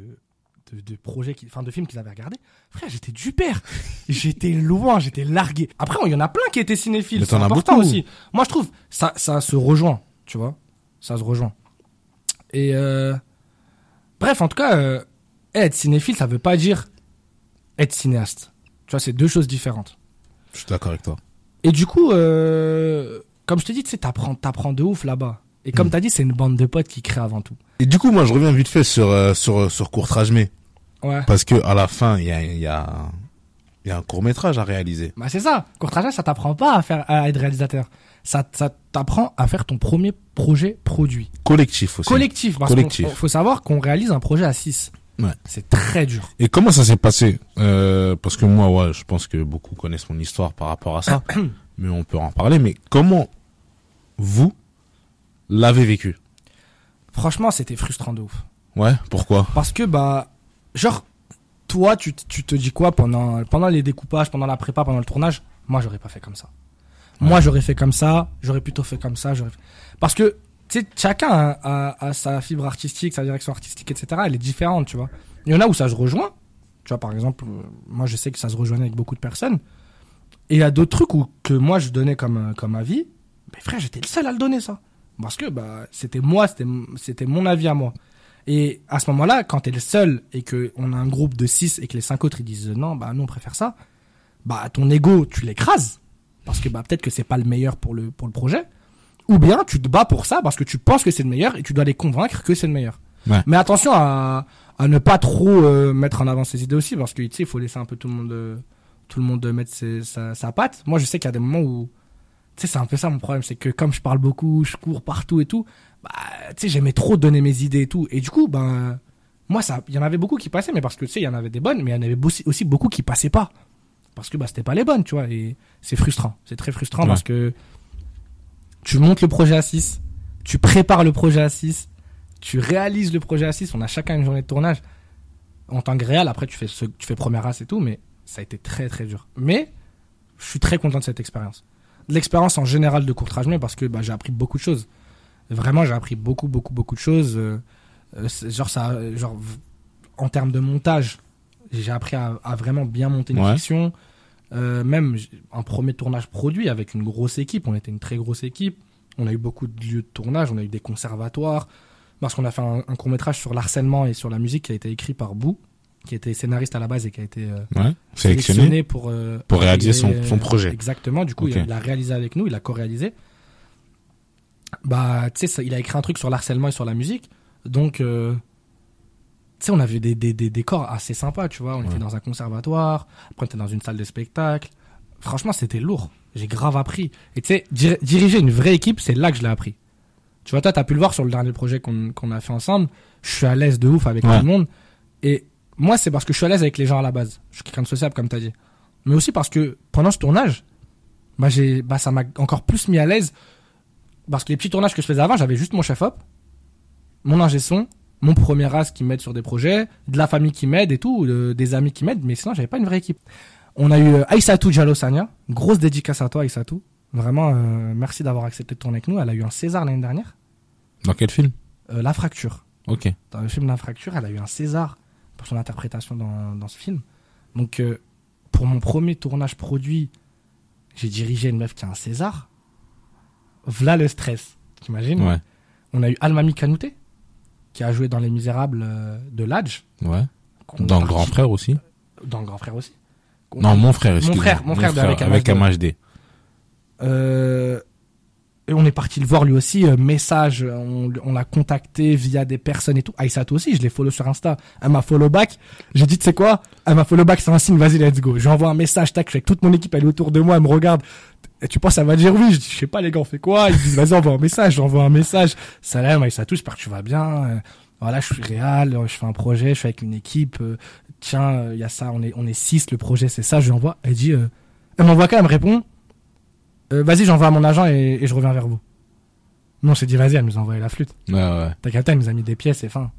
de, de projets, qui- enfin de films qu'ils avaient regardés, frère, j'étais du père. J'étais loin, j'étais largué. Après, il y en a plein qui étaient cinéphiles. Mais C'est t'en as important beaucoup. aussi. Moi, je trouve, ça, ça se rejoint, tu vois. Ça se rejoint. Et euh, bref, en tout cas, euh, être cinéphile, ça veut pas dire être cinéaste. Tu vois, c'est deux choses différentes. Je suis d'accord avec toi. Et du coup, euh, comme je te dis, tu sais, t'apprends, t'apprends de ouf là-bas. Et comme Mm. t'as dit, c'est une bande de potes qui crée avant tout. Et du coup, moi, je reviens vite fait sur, euh, sur, sur Court-Métrage mais Ouais. parce que à la fin, il y a, il y a, il y a un court-métrage à réaliser. Bah c'est ça. Court-métrage, ça t'apprend pas à faire, à être réalisateur. Ça, ça t'apprend à faire ton premier projet produit. Collectif aussi. Collectif. Parce Collectif. qu'il faut savoir qu'on réalise un projet à six. Ouais. C'est très dur. Et comment ça s'est passé euh, Parce que moi, ouais, je pense que beaucoup connaissent mon histoire par rapport à ça, mais on peut en parler. Mais comment vous l'avez vécu? Franchement, c'était frustrant de ouf. Ouais, pourquoi? Parce que, bah, genre, toi, tu, t- tu te dis quoi pendant, pendant les découpages, pendant la prépa, pendant le tournage? Moi, j'aurais pas fait comme ça. Moi, j'aurais fait comme ça, j'aurais plutôt fait comme ça. J'aurais fait... Parce que, tu sais, chacun a, a- a sa fibre artistique, sa direction artistique, et cetera. Elle est différente, tu vois. Il y en a où ça se rejoint. Tu vois, par exemple, euh, moi, je sais que ça se rejoignait avec beaucoup de personnes. Et il y a d'autres trucs où, que moi, je donnais comme, euh, comme avis. Mais frère, j'étais le seul à le donner, ça. Parce que, bah, c'était moi, c'était, c'était mon avis à moi. Et à ce moment-là, quand t'es le seul et qu'on a un groupe de six et que les cinq autres ils disent non, bah nous on préfère ça, bah ton ego tu l'écrases parce que bah peut-être que c'est pas le meilleur pour le pour le projet, ou bien tu te bats pour ça parce que tu penses que c'est le meilleur et tu dois les convaincre que c'est le meilleur. Ouais. Mais attention à à ne pas trop euh, mettre en avant ses idées aussi parce que tu sais il faut laisser un peu tout le monde euh, tout le monde euh, mettre ses- sa sa patte. Moi je sais qu'il y a des moments où tu sais c'est un peu ça mon problème, c'est que comme je parle beaucoup, je cours partout et tout. Bah, tu sais, j'aimais trop donner mes idées et tout. Et du coup, ben, moi, ça, il y en avait beaucoup qui passaient, mais parce que, tu sais, il y en avait des bonnes, mais il y en avait aussi, aussi beaucoup qui passaient pas. Parce que, bah, c'était pas les bonnes, tu vois. Et c'est frustrant. C'est très frustrant Ouais. parce que tu montes le projet à six, tu prépares le projet à six, tu réalises le projet à six, on a chacun une journée de tournage. En tant que réal, après, tu fais ce, tu fais première race et tout, mais ça a été très, très dur. Mais, je suis très content de cette expérience. De l'expérience en général de court-métrage, mais parce que, bah, j'ai appris beaucoup de choses. Vraiment, j'ai appris beaucoup, beaucoup, beaucoup de choses. Euh, euh, c'est- genre, ça, euh, genre, v- en termes de montage, j'ai appris à, à vraiment bien monter une Ouais. fiction. Euh, même j- un premier tournage produit avec une grosse équipe. On était une très grosse équipe. On a eu beaucoup de lieux de tournage. On a eu des conservatoires. Parce qu'on a fait un, un court-métrage sur l'harcèlement et sur la musique qui a été écrit par Bou, qui était scénariste à la base et qui a été euh, Ouais. Sélectionné. sélectionné pour, euh, Pour réaliser son- euh, son projet. Exactement. Du coup, Ok. il, a, il a réalisé avec nous, il a co-réalisé. Bah, tu sais, ça- il a écrit un truc sur l'harcèlement et sur la musique. Donc, euh, sais, on avait des, des, des décors assez sympas, tu vois. On Ouais. était dans un conservatoire, après on était dans une salle de spectacle. Franchement, c'était lourd. J'ai grave appris. Et tu sais, dir- diriger une vraie équipe, c'est là que je l'ai appris. Tu vois, toi, t'as pu le voir sur le dernier projet qu'on qu'on a fait ensemble. Je suis à l'aise de ouf avec Ouais. tout le monde. Et moi, c'est parce que je suis à l'aise avec les gens à la base. Je suis quelqu'un de sociable, comme t'as dit. Mais aussi parce que pendant ce tournage, bah, j'ai, bah, ça m'a encore plus mis à l'aise. Parce que les petits tournages que je faisais avant, j'avais juste mon chef-op, mon ingé son, mon premier as qui m'aide sur des projets, de la famille qui m'aide et tout, euh, des amis qui m'aident, mais sinon, j'avais pas une vraie équipe. On a eu euh, Aïssatou Diallo Sania, grosse dédicace à toi, Aïssatou. Vraiment, euh, merci d'avoir accepté de tourner avec nous. Elle a eu un César l'année dernière. Dans quel film? Euh, La Fracture. Ok. Dans le film La Fracture, elle a eu un César pour son interprétation dans, dans ce film. Donc, euh, pour mon premier tournage produit, j'ai dirigé une meuf qui a un César. V'là le stress, t'imagines? Ouais. On a eu Almami Kanouté, qui a joué dans Les Misérables euh, de Ladj. Ouais. qu'on Dans est Grand parti- Frère aussi? Dans Grand Frère aussi. Qu'on- Non, mon frère, excuse-moi. frère, mon frère de- avec avec M H D. M H D. Euh, et on est parti le voir lui aussi, euh, message, on, on l'a contacté via des personnes et tout. Aïssatou aussi, je l'ai follow sur Insta. Elle m'a follow back. J'ai dit, tu sais quoi? Elle m'a follow back, c'est un signe, vas-y, let's go. J'envoie un message, tac, je suis avec toute mon équipe, elle est autour de moi, elle me regarde. Et tu penses, elle va dire oui? Je dis, je sais pas, les gars, on fait quoi? Ils disent, vas-y, envoie un message, j'envoie un message. Salam, Aïssatou, j'espère que tu vas bien. Euh, voilà, je suis réal, euh, je fais un projet, je suis avec une équipe. euh, tiens, il y a ça, on est, on est six, le projet, c'est ça, je lui envoie. Elle dit, euh, elle m'envoie quand elle me répond. Euh, vas-y, j'envoie à mon agent et, et je reviens vers vous. Nous, on s'est dit, vas-y, elle nous a envoyé la flûte. Ouais, ouais. T'as capté, elle nous a mis des pièces, c'est fin.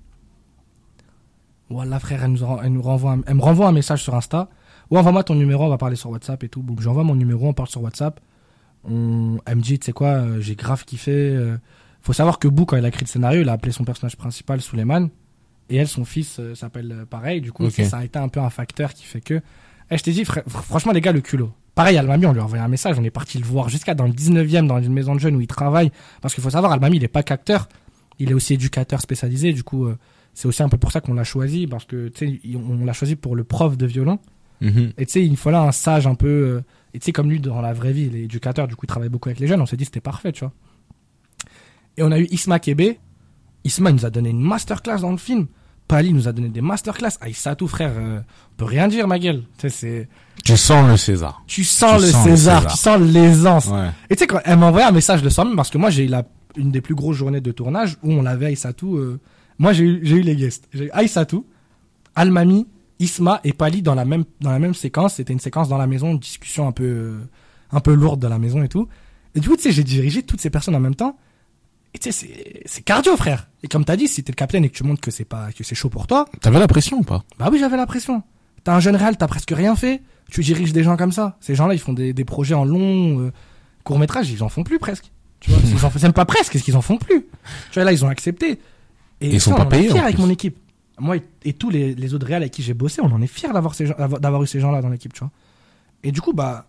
Voilà, frère, elle nous, ren- elle nous renvoie, un- elle me renvoie un message sur Insta. Ouais, envoie-moi ton numéro, on va parler sur WhatsApp et tout. Donc, j'envoie mon numéro, on parle sur WhatsApp. On, elle me dit, tu sais quoi, euh, j'ai grave kiffé. euh. Faut savoir que Bou, quand il a écrit le scénario, il a appelé son personnage principal Souleymane. Et elle, son fils, euh, s'appelle euh, pareil. Du coup, Ok. ça, ça a été un peu un facteur qui fait que. Eh, je t'ai dit, frère, fr- franchement, les gars, le culot. Pareil, Almami, on lui a envoyé un message, on est parti le voir jusqu'à dans le dix-neuvième, dans une maison de jeunes où il travaille. Parce qu'il faut savoir, Almami, il est pas qu'acteur, il est aussi éducateur spécialisé. Du coup, euh, c'est aussi un peu pour ça qu'on l'a choisi, parce que, tu sais, il- on l'a choisi pour le prof de violon. Mhm. Et tu sais, il faut là un sage un peu. euh, et tu sais, comme lui, dans la vraie vie, il est éducateur, du coup, il travaille beaucoup avec les jeunes. On s'est dit, c'était parfait, tu vois. Et on a eu Isma Kébé. Isma, il nous a donné une masterclass dans le film. Pali nous a donné des masterclass. Aïssatou, frère, euh, on peut rien dire, ma gueule. Tu sais, c'est. Tu sens le César. Tu sens, Tu le, sens le César, César. tu sens l'aisance. Ouais. Et tu sais, quand elle m'a envoyé un message le soir même, parce que moi, j'ai eu la, une des plus grosses journées de tournage où on l'avait Aïssatou. euh, moi, j'ai eu, j'ai eu les guests. J'ai eu Aïssatou, Almami, Isma et Pali dans la même, dans la même séquence. C'était une séquence dans la maison, une discussion un peu, euh, un peu lourde dans la maison et tout. Et du coup, tu sais, j'ai dirigé toutes ces personnes en même temps. Et tu sais, c'est, c'est cardio, frère. Et comme t'as dit, si t'es le capitaine et que tu montres que c'est pas, que c'est chaud pour toi, T'avais la pression ou pas? bah oui, j'avais la pression. T'as un jeune réal, t'as presque rien fait. Tu diriges des gens comme ça. Ces gens-là, ils font des, des projets en long, euh, court métrage, ils en font plus presque. Tu vois, ils en font même pas presque, est-ce qu'ils en font plus? Tu vois, là, ils ont accepté. Et Ils sont ça, pas on en est payés, fiers en avec plus. mon équipe. Moi et, et tous les, les autres réals avec qui j'ai bossé, on en est fiers d'avoir, ces gens, d'avoir, d'avoir eu ces gens-là dans l'équipe, tu vois. Et du coup, bah,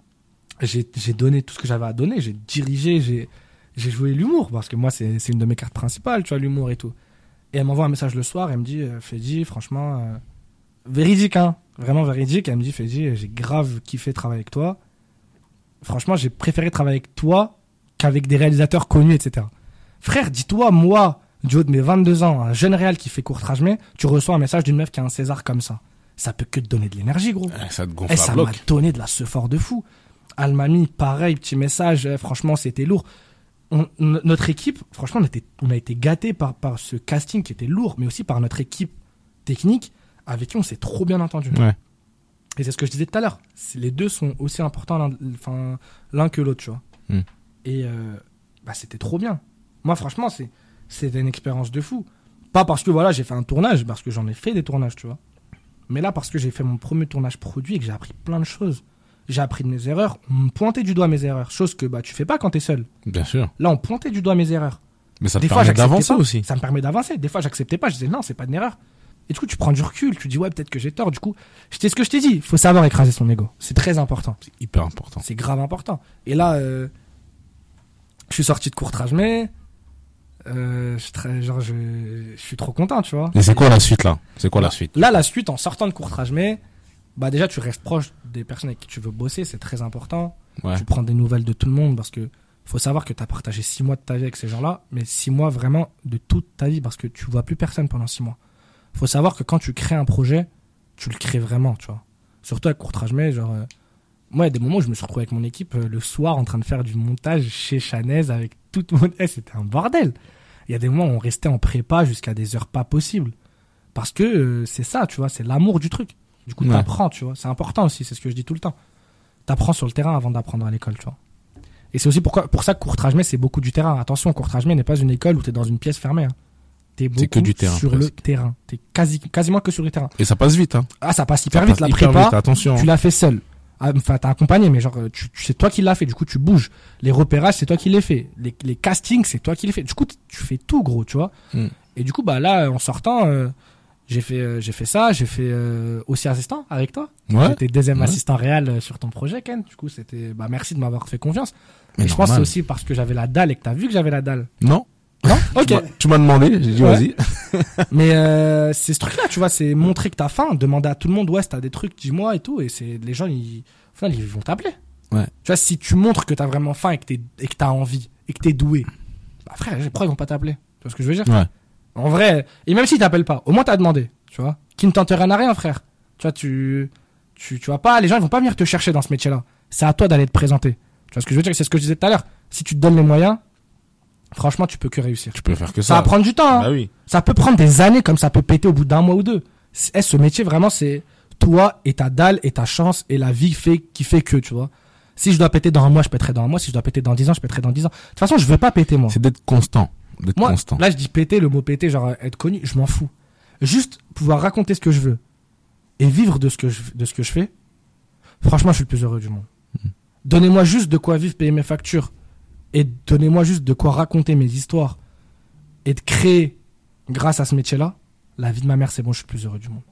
j'ai, j'ai donné tout ce que j'avais à donner. J'ai dirigé, j'ai, j'ai joué l'humour parce que moi, c'est, c'est une de mes cartes principales, tu vois, l'humour et tout. Et elle m'envoie un message le soir, elle me dit, euh, Fedi, franchement, euh, véridique, hein, vraiment véridique. Elle me dit, Fedi, j'ai grave kiffé travailler avec toi. Franchement, j'ai préféré travailler avec toi qu'avec des réalisateurs connus, et cetera. Frère, dis-toi, moi, du haut de mes vingt-deux ans, un jeune réal qui fait court-métrage, mais tu reçois un message d'une meuf qui a un César comme ça. Ça peut que te donner de l'énergie, gros. Eh, ça te gonfle Et à ça bloc. m'a donné de la sephore de fou. Almami, pareil, petit message. eh, franchement, c'était lourd. On- n- notre équipe, franchement, on, était, on a été gâtés par, par ce casting qui était lourd, mais aussi par notre équipe technique avec qui on s'est trop bien entendu. Ouais. Et c'est ce que je disais tout à l'heure. C'est- Les deux sont aussi importants l'un, enfin, l'un que l'autre, tu vois. Mm. Et euh, bah, c'était trop bien. Moi, franchement, c'est, c'était une expérience de fou. Pas parce que voilà, j'ai fait un tournage, parce que j'en ai fait des tournages, tu vois. Mais là, parce que j'ai fait mon premier tournage produit et que j'ai appris plein de choses. J'ai appris de mes erreurs. On me pointait du doigt mes erreurs. Chose que bah, tu fais pas quand t'es seul. Bien sûr. Là, on pointait du doigt mes erreurs. Mais ça te Des fois, permet j'acceptais d'avancer pas. aussi. Ça me permet d'avancer. Des fois, j'acceptais pas. Je disais non, c'est pas une erreur. Et du coup, tu prends du recul. Tu dis ouais, peut-être que j'ai tort. Du coup, c'est ce que je t'ai dit. Il faut savoir écraser son ego. C'est très important. C'est hyper important. C'est grave important. Et là, euh, je suis sorti de court-métrage, mais euh, je, tra- genre, je, je suis trop content, tu vois. Et c'est quoi la suite là? C'est quoi la suite? Là, la suite, en sortant de court-métrage, mais bah déjà, tu restes proche des personnes avec qui tu veux bosser. C'est très important. Ouais. Tu prends des nouvelles de tout le monde parce que faut savoir que tu as partagé six mois de ta vie avec ces gens-là, mais six mois vraiment de toute ta vie parce que tu vois plus personne pendant six mois. faut savoir que quand tu crées un projet, tu le crées vraiment, tu vois. Surtout avec Courtrage May, genre, euh, moi, il y a des moments où je me suis retrouvé avec mon équipe euh, le soir en train de faire du montage chez Chanez avec toute mon... Eh, c'était un bordel. Il y a des moments où on restait en prépa jusqu'à des heures pas possibles. Parce que euh, c'est ça, tu vois, c'est l'amour du truc. Du coup, Ouais. t'apprends, tu vois. C'est important aussi, c'est ce que je dis tout le temps. T'apprends sur le terrain avant d'apprendre à l'école, tu vois. Et c'est aussi pourquoi, pour ça que Courtrage May, c'est beaucoup du terrain. Attention, Courtrage May n'est pas une école où t'es dans une pièce fermée. Hein. T'es beaucoup que du terrain, sur presque. le terrain. T'es quasi, quasiment que sur le terrain. Et ça passe vite, hein. Ah, ça passe hyper Ça vite. passe La hyper prépa, vite, attention. tu l'as fait seul. Ah, Enfin, t'as accompagné, mais genre, tu, tu- c'est toi qui l'as fait. Du coup, tu bouges. Les repérages, c'est toi qui les fais. Les, les castings, c'est toi qui les fais. Du coup, t- tu fais tout, gros, tu vois. Mm. Et du coup, bah là, en sortant, euh, j'ai fait, euh, j'ai fait ça. J'ai fait euh, aussi assistant avec toi. Ouais. J'étais deuxième Ouais. assistant réel euh, sur ton projet, Ken. Du coup, c'était, bah merci de m'avoir fait confiance. Mais Et je pense que c'est normal. aussi parce que j'avais la dalle et que t'as vu que j'avais la dalle. Non. Non? Ok. Tu m'as- Tu m'as demandé, j'ai dit Ouais. vas-y. Mais euh, c'est ce truc-là, tu vois, c'est montrer que t'as faim, demander à tout le monde, ouais, si t'as des trucs, dis-moi et tout, et c'est les gens, ils, au final, ils vont t'appeler. Ouais. Tu vois, si tu montres que t'as vraiment faim et que t'es et que t'as envie et que t'es doué, bah frère, pourquoi ils vont pas t'appeler? Tu vois ce que je veux dire? Ouais. En vrai, et même s'ils t'appellent pas, au moins t'as demandé, tu vois, qui ne tente rien à rien, frère. Tu vois, tu, tu, tu vois pas, les gens ils vont pas venir te chercher dans ce métier-là. C'est à toi d'aller te présenter. Tu vois ce que je veux dire? C'est ce que je disais tout à l'heure. Si tu te donnes les moyens, franchement, tu peux que réussir. Tu peux faire que Ça ça. va prendre du temps, hein. Bah oui. Ça peut prendre des années comme ça peut péter au bout d'un mois ou deux. C'est- eh, ce métier, vraiment, c'est toi et ta dalle et ta chance et la vie fait, qui fait que, tu vois. Si je dois péter dans un mois, je pèterai dans un mois. Si je dois péter dans dix ans, je pèterai dans dix ans. De toute façon, je veux pas péter, moi. C'est d'être constant. D'être Moi, constant. là, je dis péter, le mot péter, genre euh, être connu, je m'en fous. Juste pouvoir raconter ce que je veux et vivre de ce que je, de ce que je fais. Franchement, je suis le plus heureux du monde. Mm. Donnez-moi juste de quoi vivre, payer mes factures. Et donnez-moi juste de quoi raconter mes histoires. Et de créer, grâce à ce métier-là, la vie de ma mère, c'est bon, je suis le plus heureux du monde.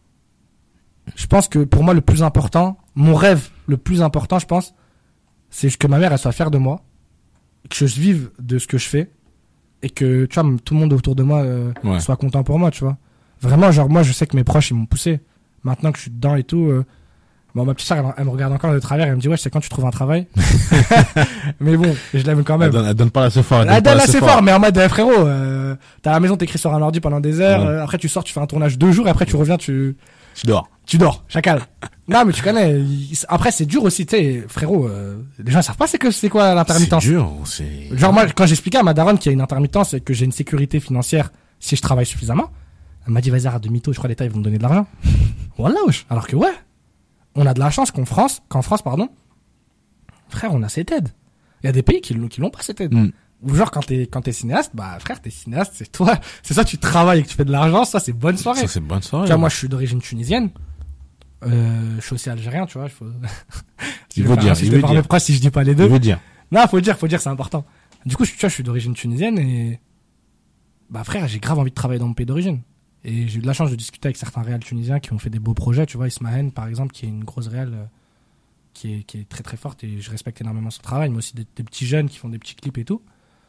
Je pense que pour moi, le plus important, mon rêve le plus important, je pense, c'est que ma mère, elle soit fière de moi, que je vive de ce que je fais, et que, tu vois, tout le monde autour de moi euh, Ouais. soit content pour moi, tu vois. Vraiment, genre, moi, je sais que mes proches, ils m'ont poussé. Maintenant que je suis dedans et tout, euh, bon, ma petite sœur, elle, elle me regarde encore de travers, elle me dit, ouais, c'est quand tu trouves un travail. Mais bon, je l'aime quand Elle même. donne, elle donne pas la fort. Elle donne assez fort, mais en mode, euh, frérot, euh, t'es à la maison, t'écris sur un ordi pendant des heures, Ouais. euh, après tu sors, tu fais un tournage deux jours, et après tu reviens, tu, Tu dors. tu dors, chacal. Non, mais tu connais, il- après c'est dur aussi, tu sais, frérot, euh, les gens ils savent pas c'est que c'est quoi C'est l'intermittence. dur. C'est. Genre moi, quand j'expliquais à ma daronne qu'il y a une intermittence et que j'ai une sécurité financière si je travaille suffisamment, elle m'a dit, vas-y, arrête de mytho, je crois que l'État, ils vont me donner de l'argent. Voilà, wesh. Alors que ouais, on a de la chance qu'en France, qu'en France, pardon, frère, on a cette aide. Il y a des pays qui l'ont, qui l'ont pas cette aide. Mm. Ou genre, quand t'es, quand t'es cinéaste, bah, frère, t'es cinéaste, c'est toi, c'est ça, tu travailles et que tu fais de l'argent, ça, c'est bonne soirée. Ça, c'est bonne soirée. Tu vois, moi, je suis d'origine tunisienne. Euh, je suis aussi algérien, tu vois, il faut... Il Je veut vais dire, faire il insulter veut par dire. mes proches si je dis pas les Je deux. veux dire. Non, faut dire, faut dire, c'est important. Du coup, je, tu vois, je suis d'origine tunisienne et, bah, frère, j'ai grave envie de travailler dans mon pays d'origine. Et j'ai eu de la chance de discuter avec certains réals tunisiens qui ont fait des beaux projets, tu vois, Ismaël, par exemple, qui est une grosse réal, euh, qui est, qui est très très forte et je respecte énormément son travail, mais aussi des, des petits jeunes qui font des petits clips et tout.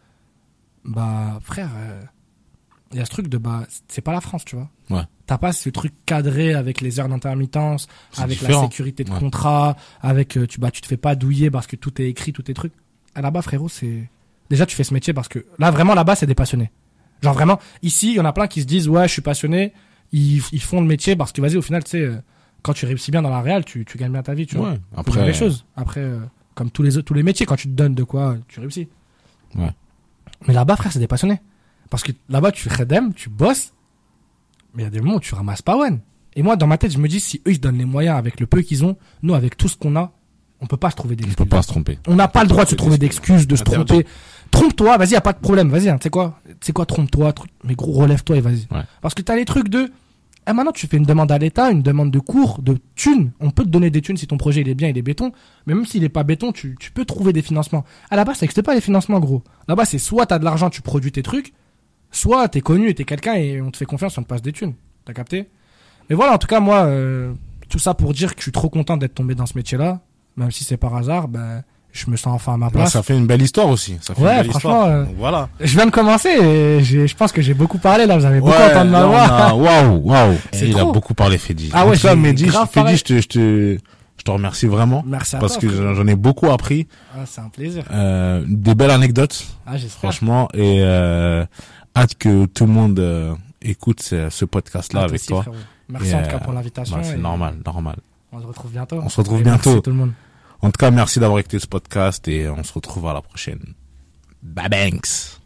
Bah, frère, euh, il y a ce truc de, bah, c'est pas la France, tu vois. Ouais. T'as pas ce truc cadré avec les heures d'intermittence, C'est avec la différent. sécurité de Ouais. contrat, avec, euh, tu, bah, tu te fais pas douiller parce que tout est écrit, tout est truc. À là-bas, frérot, c'est, déjà, tu fais ce métier parce que, là, vraiment, là-bas, c'est des passionnés. Genre, vraiment, ici, il y en a plein qui se disent, ouais, je suis passionné, ils, ils font le métier parce que, vas-y, au final, tu sais, euh, quand tu réussis bien dans la réal, tu, tu gagnes bien ta vie, tu vois. Ouais. Faut dire Après. les choses. Après, euh, comme tous les autres, tous les métiers, quand tu te donnes de quoi, tu réussis. Ouais. Mais là-bas, frère, c'est des passionnés. Parce que là-bas, tu redem, tu bosses, mais il y a des moments où tu ramasses pas one. Et moi, dans ma tête, je me dis, si eux, ils se donnent les moyens avec le peu qu'ils ont, nous, avec tout ce qu'on a, on peut pas se trouver On d'excuses. peut pas se tromper. On n'a pas le droit de se Des trouver d'excuses, de se Interdit. tromper. Trompe-toi, vas-y, y a pas de problème, vas-y, hein, tu sais quoi, tu sais quoi, trompe-toi, truc- mais gros, relève-toi et vas-y. Ouais. Parce que t'as les trucs de, eh, maintenant, tu fais une demande à l'État, une demande de cours, de thunes. On peut te donner des thunes si ton projet, il est bien, il est béton. Mais même s'il est pas béton, tu, tu peux trouver des financements. À la base, ça n'existe pas les financements, gros. Là-bas, c'est soit t'as de l'argent, tu produis tes trucs, soit t'es connu et t'es quelqu'un et on te fait confiance, on te passe des thunes. T'as capté? Mais voilà, en tout cas, moi, euh, tout ça pour dire que je suis trop content d'être tombé dans ce métier-là. Même si c'est par hasard, ben, je me sens enfin à ma Là, place. ça fait une belle histoire aussi. Ça fait Ouais, une belle franchement, histoire. euh, Donc, voilà. Je viens de commencer et j'ai- je pense que j'ai beaucoup parlé là, vous avez beaucoup Ouais, entendu ma là, on voix. a- Waouh, waouh. C'est Il a trop. beaucoup parlé, Fedi. Ah ouais, En tout cas, j'ai Mehdi, grave Fedi, parlé. je te, je te, je te remercie vraiment. Merci à Parce toi. que frère. j'en j'en ai beaucoup appris. Ah, c'est un plaisir. Euh, des belles anecdotes, Ah, j'espère. franchement. Et, euh, hâte que tout le monde, euh, écoutent ce, ce podcast-là Ah, avec aussi, toi. frérot. Merci Et, en tout cas euh, pour l'invitation. Bah, c'est et normal, normal. On se retrouve bientôt. On se retrouve Et bientôt. Merci tout le monde. En tout cas, merci d'avoir écouté ce podcast et on se retrouve à la prochaine. Bye banks.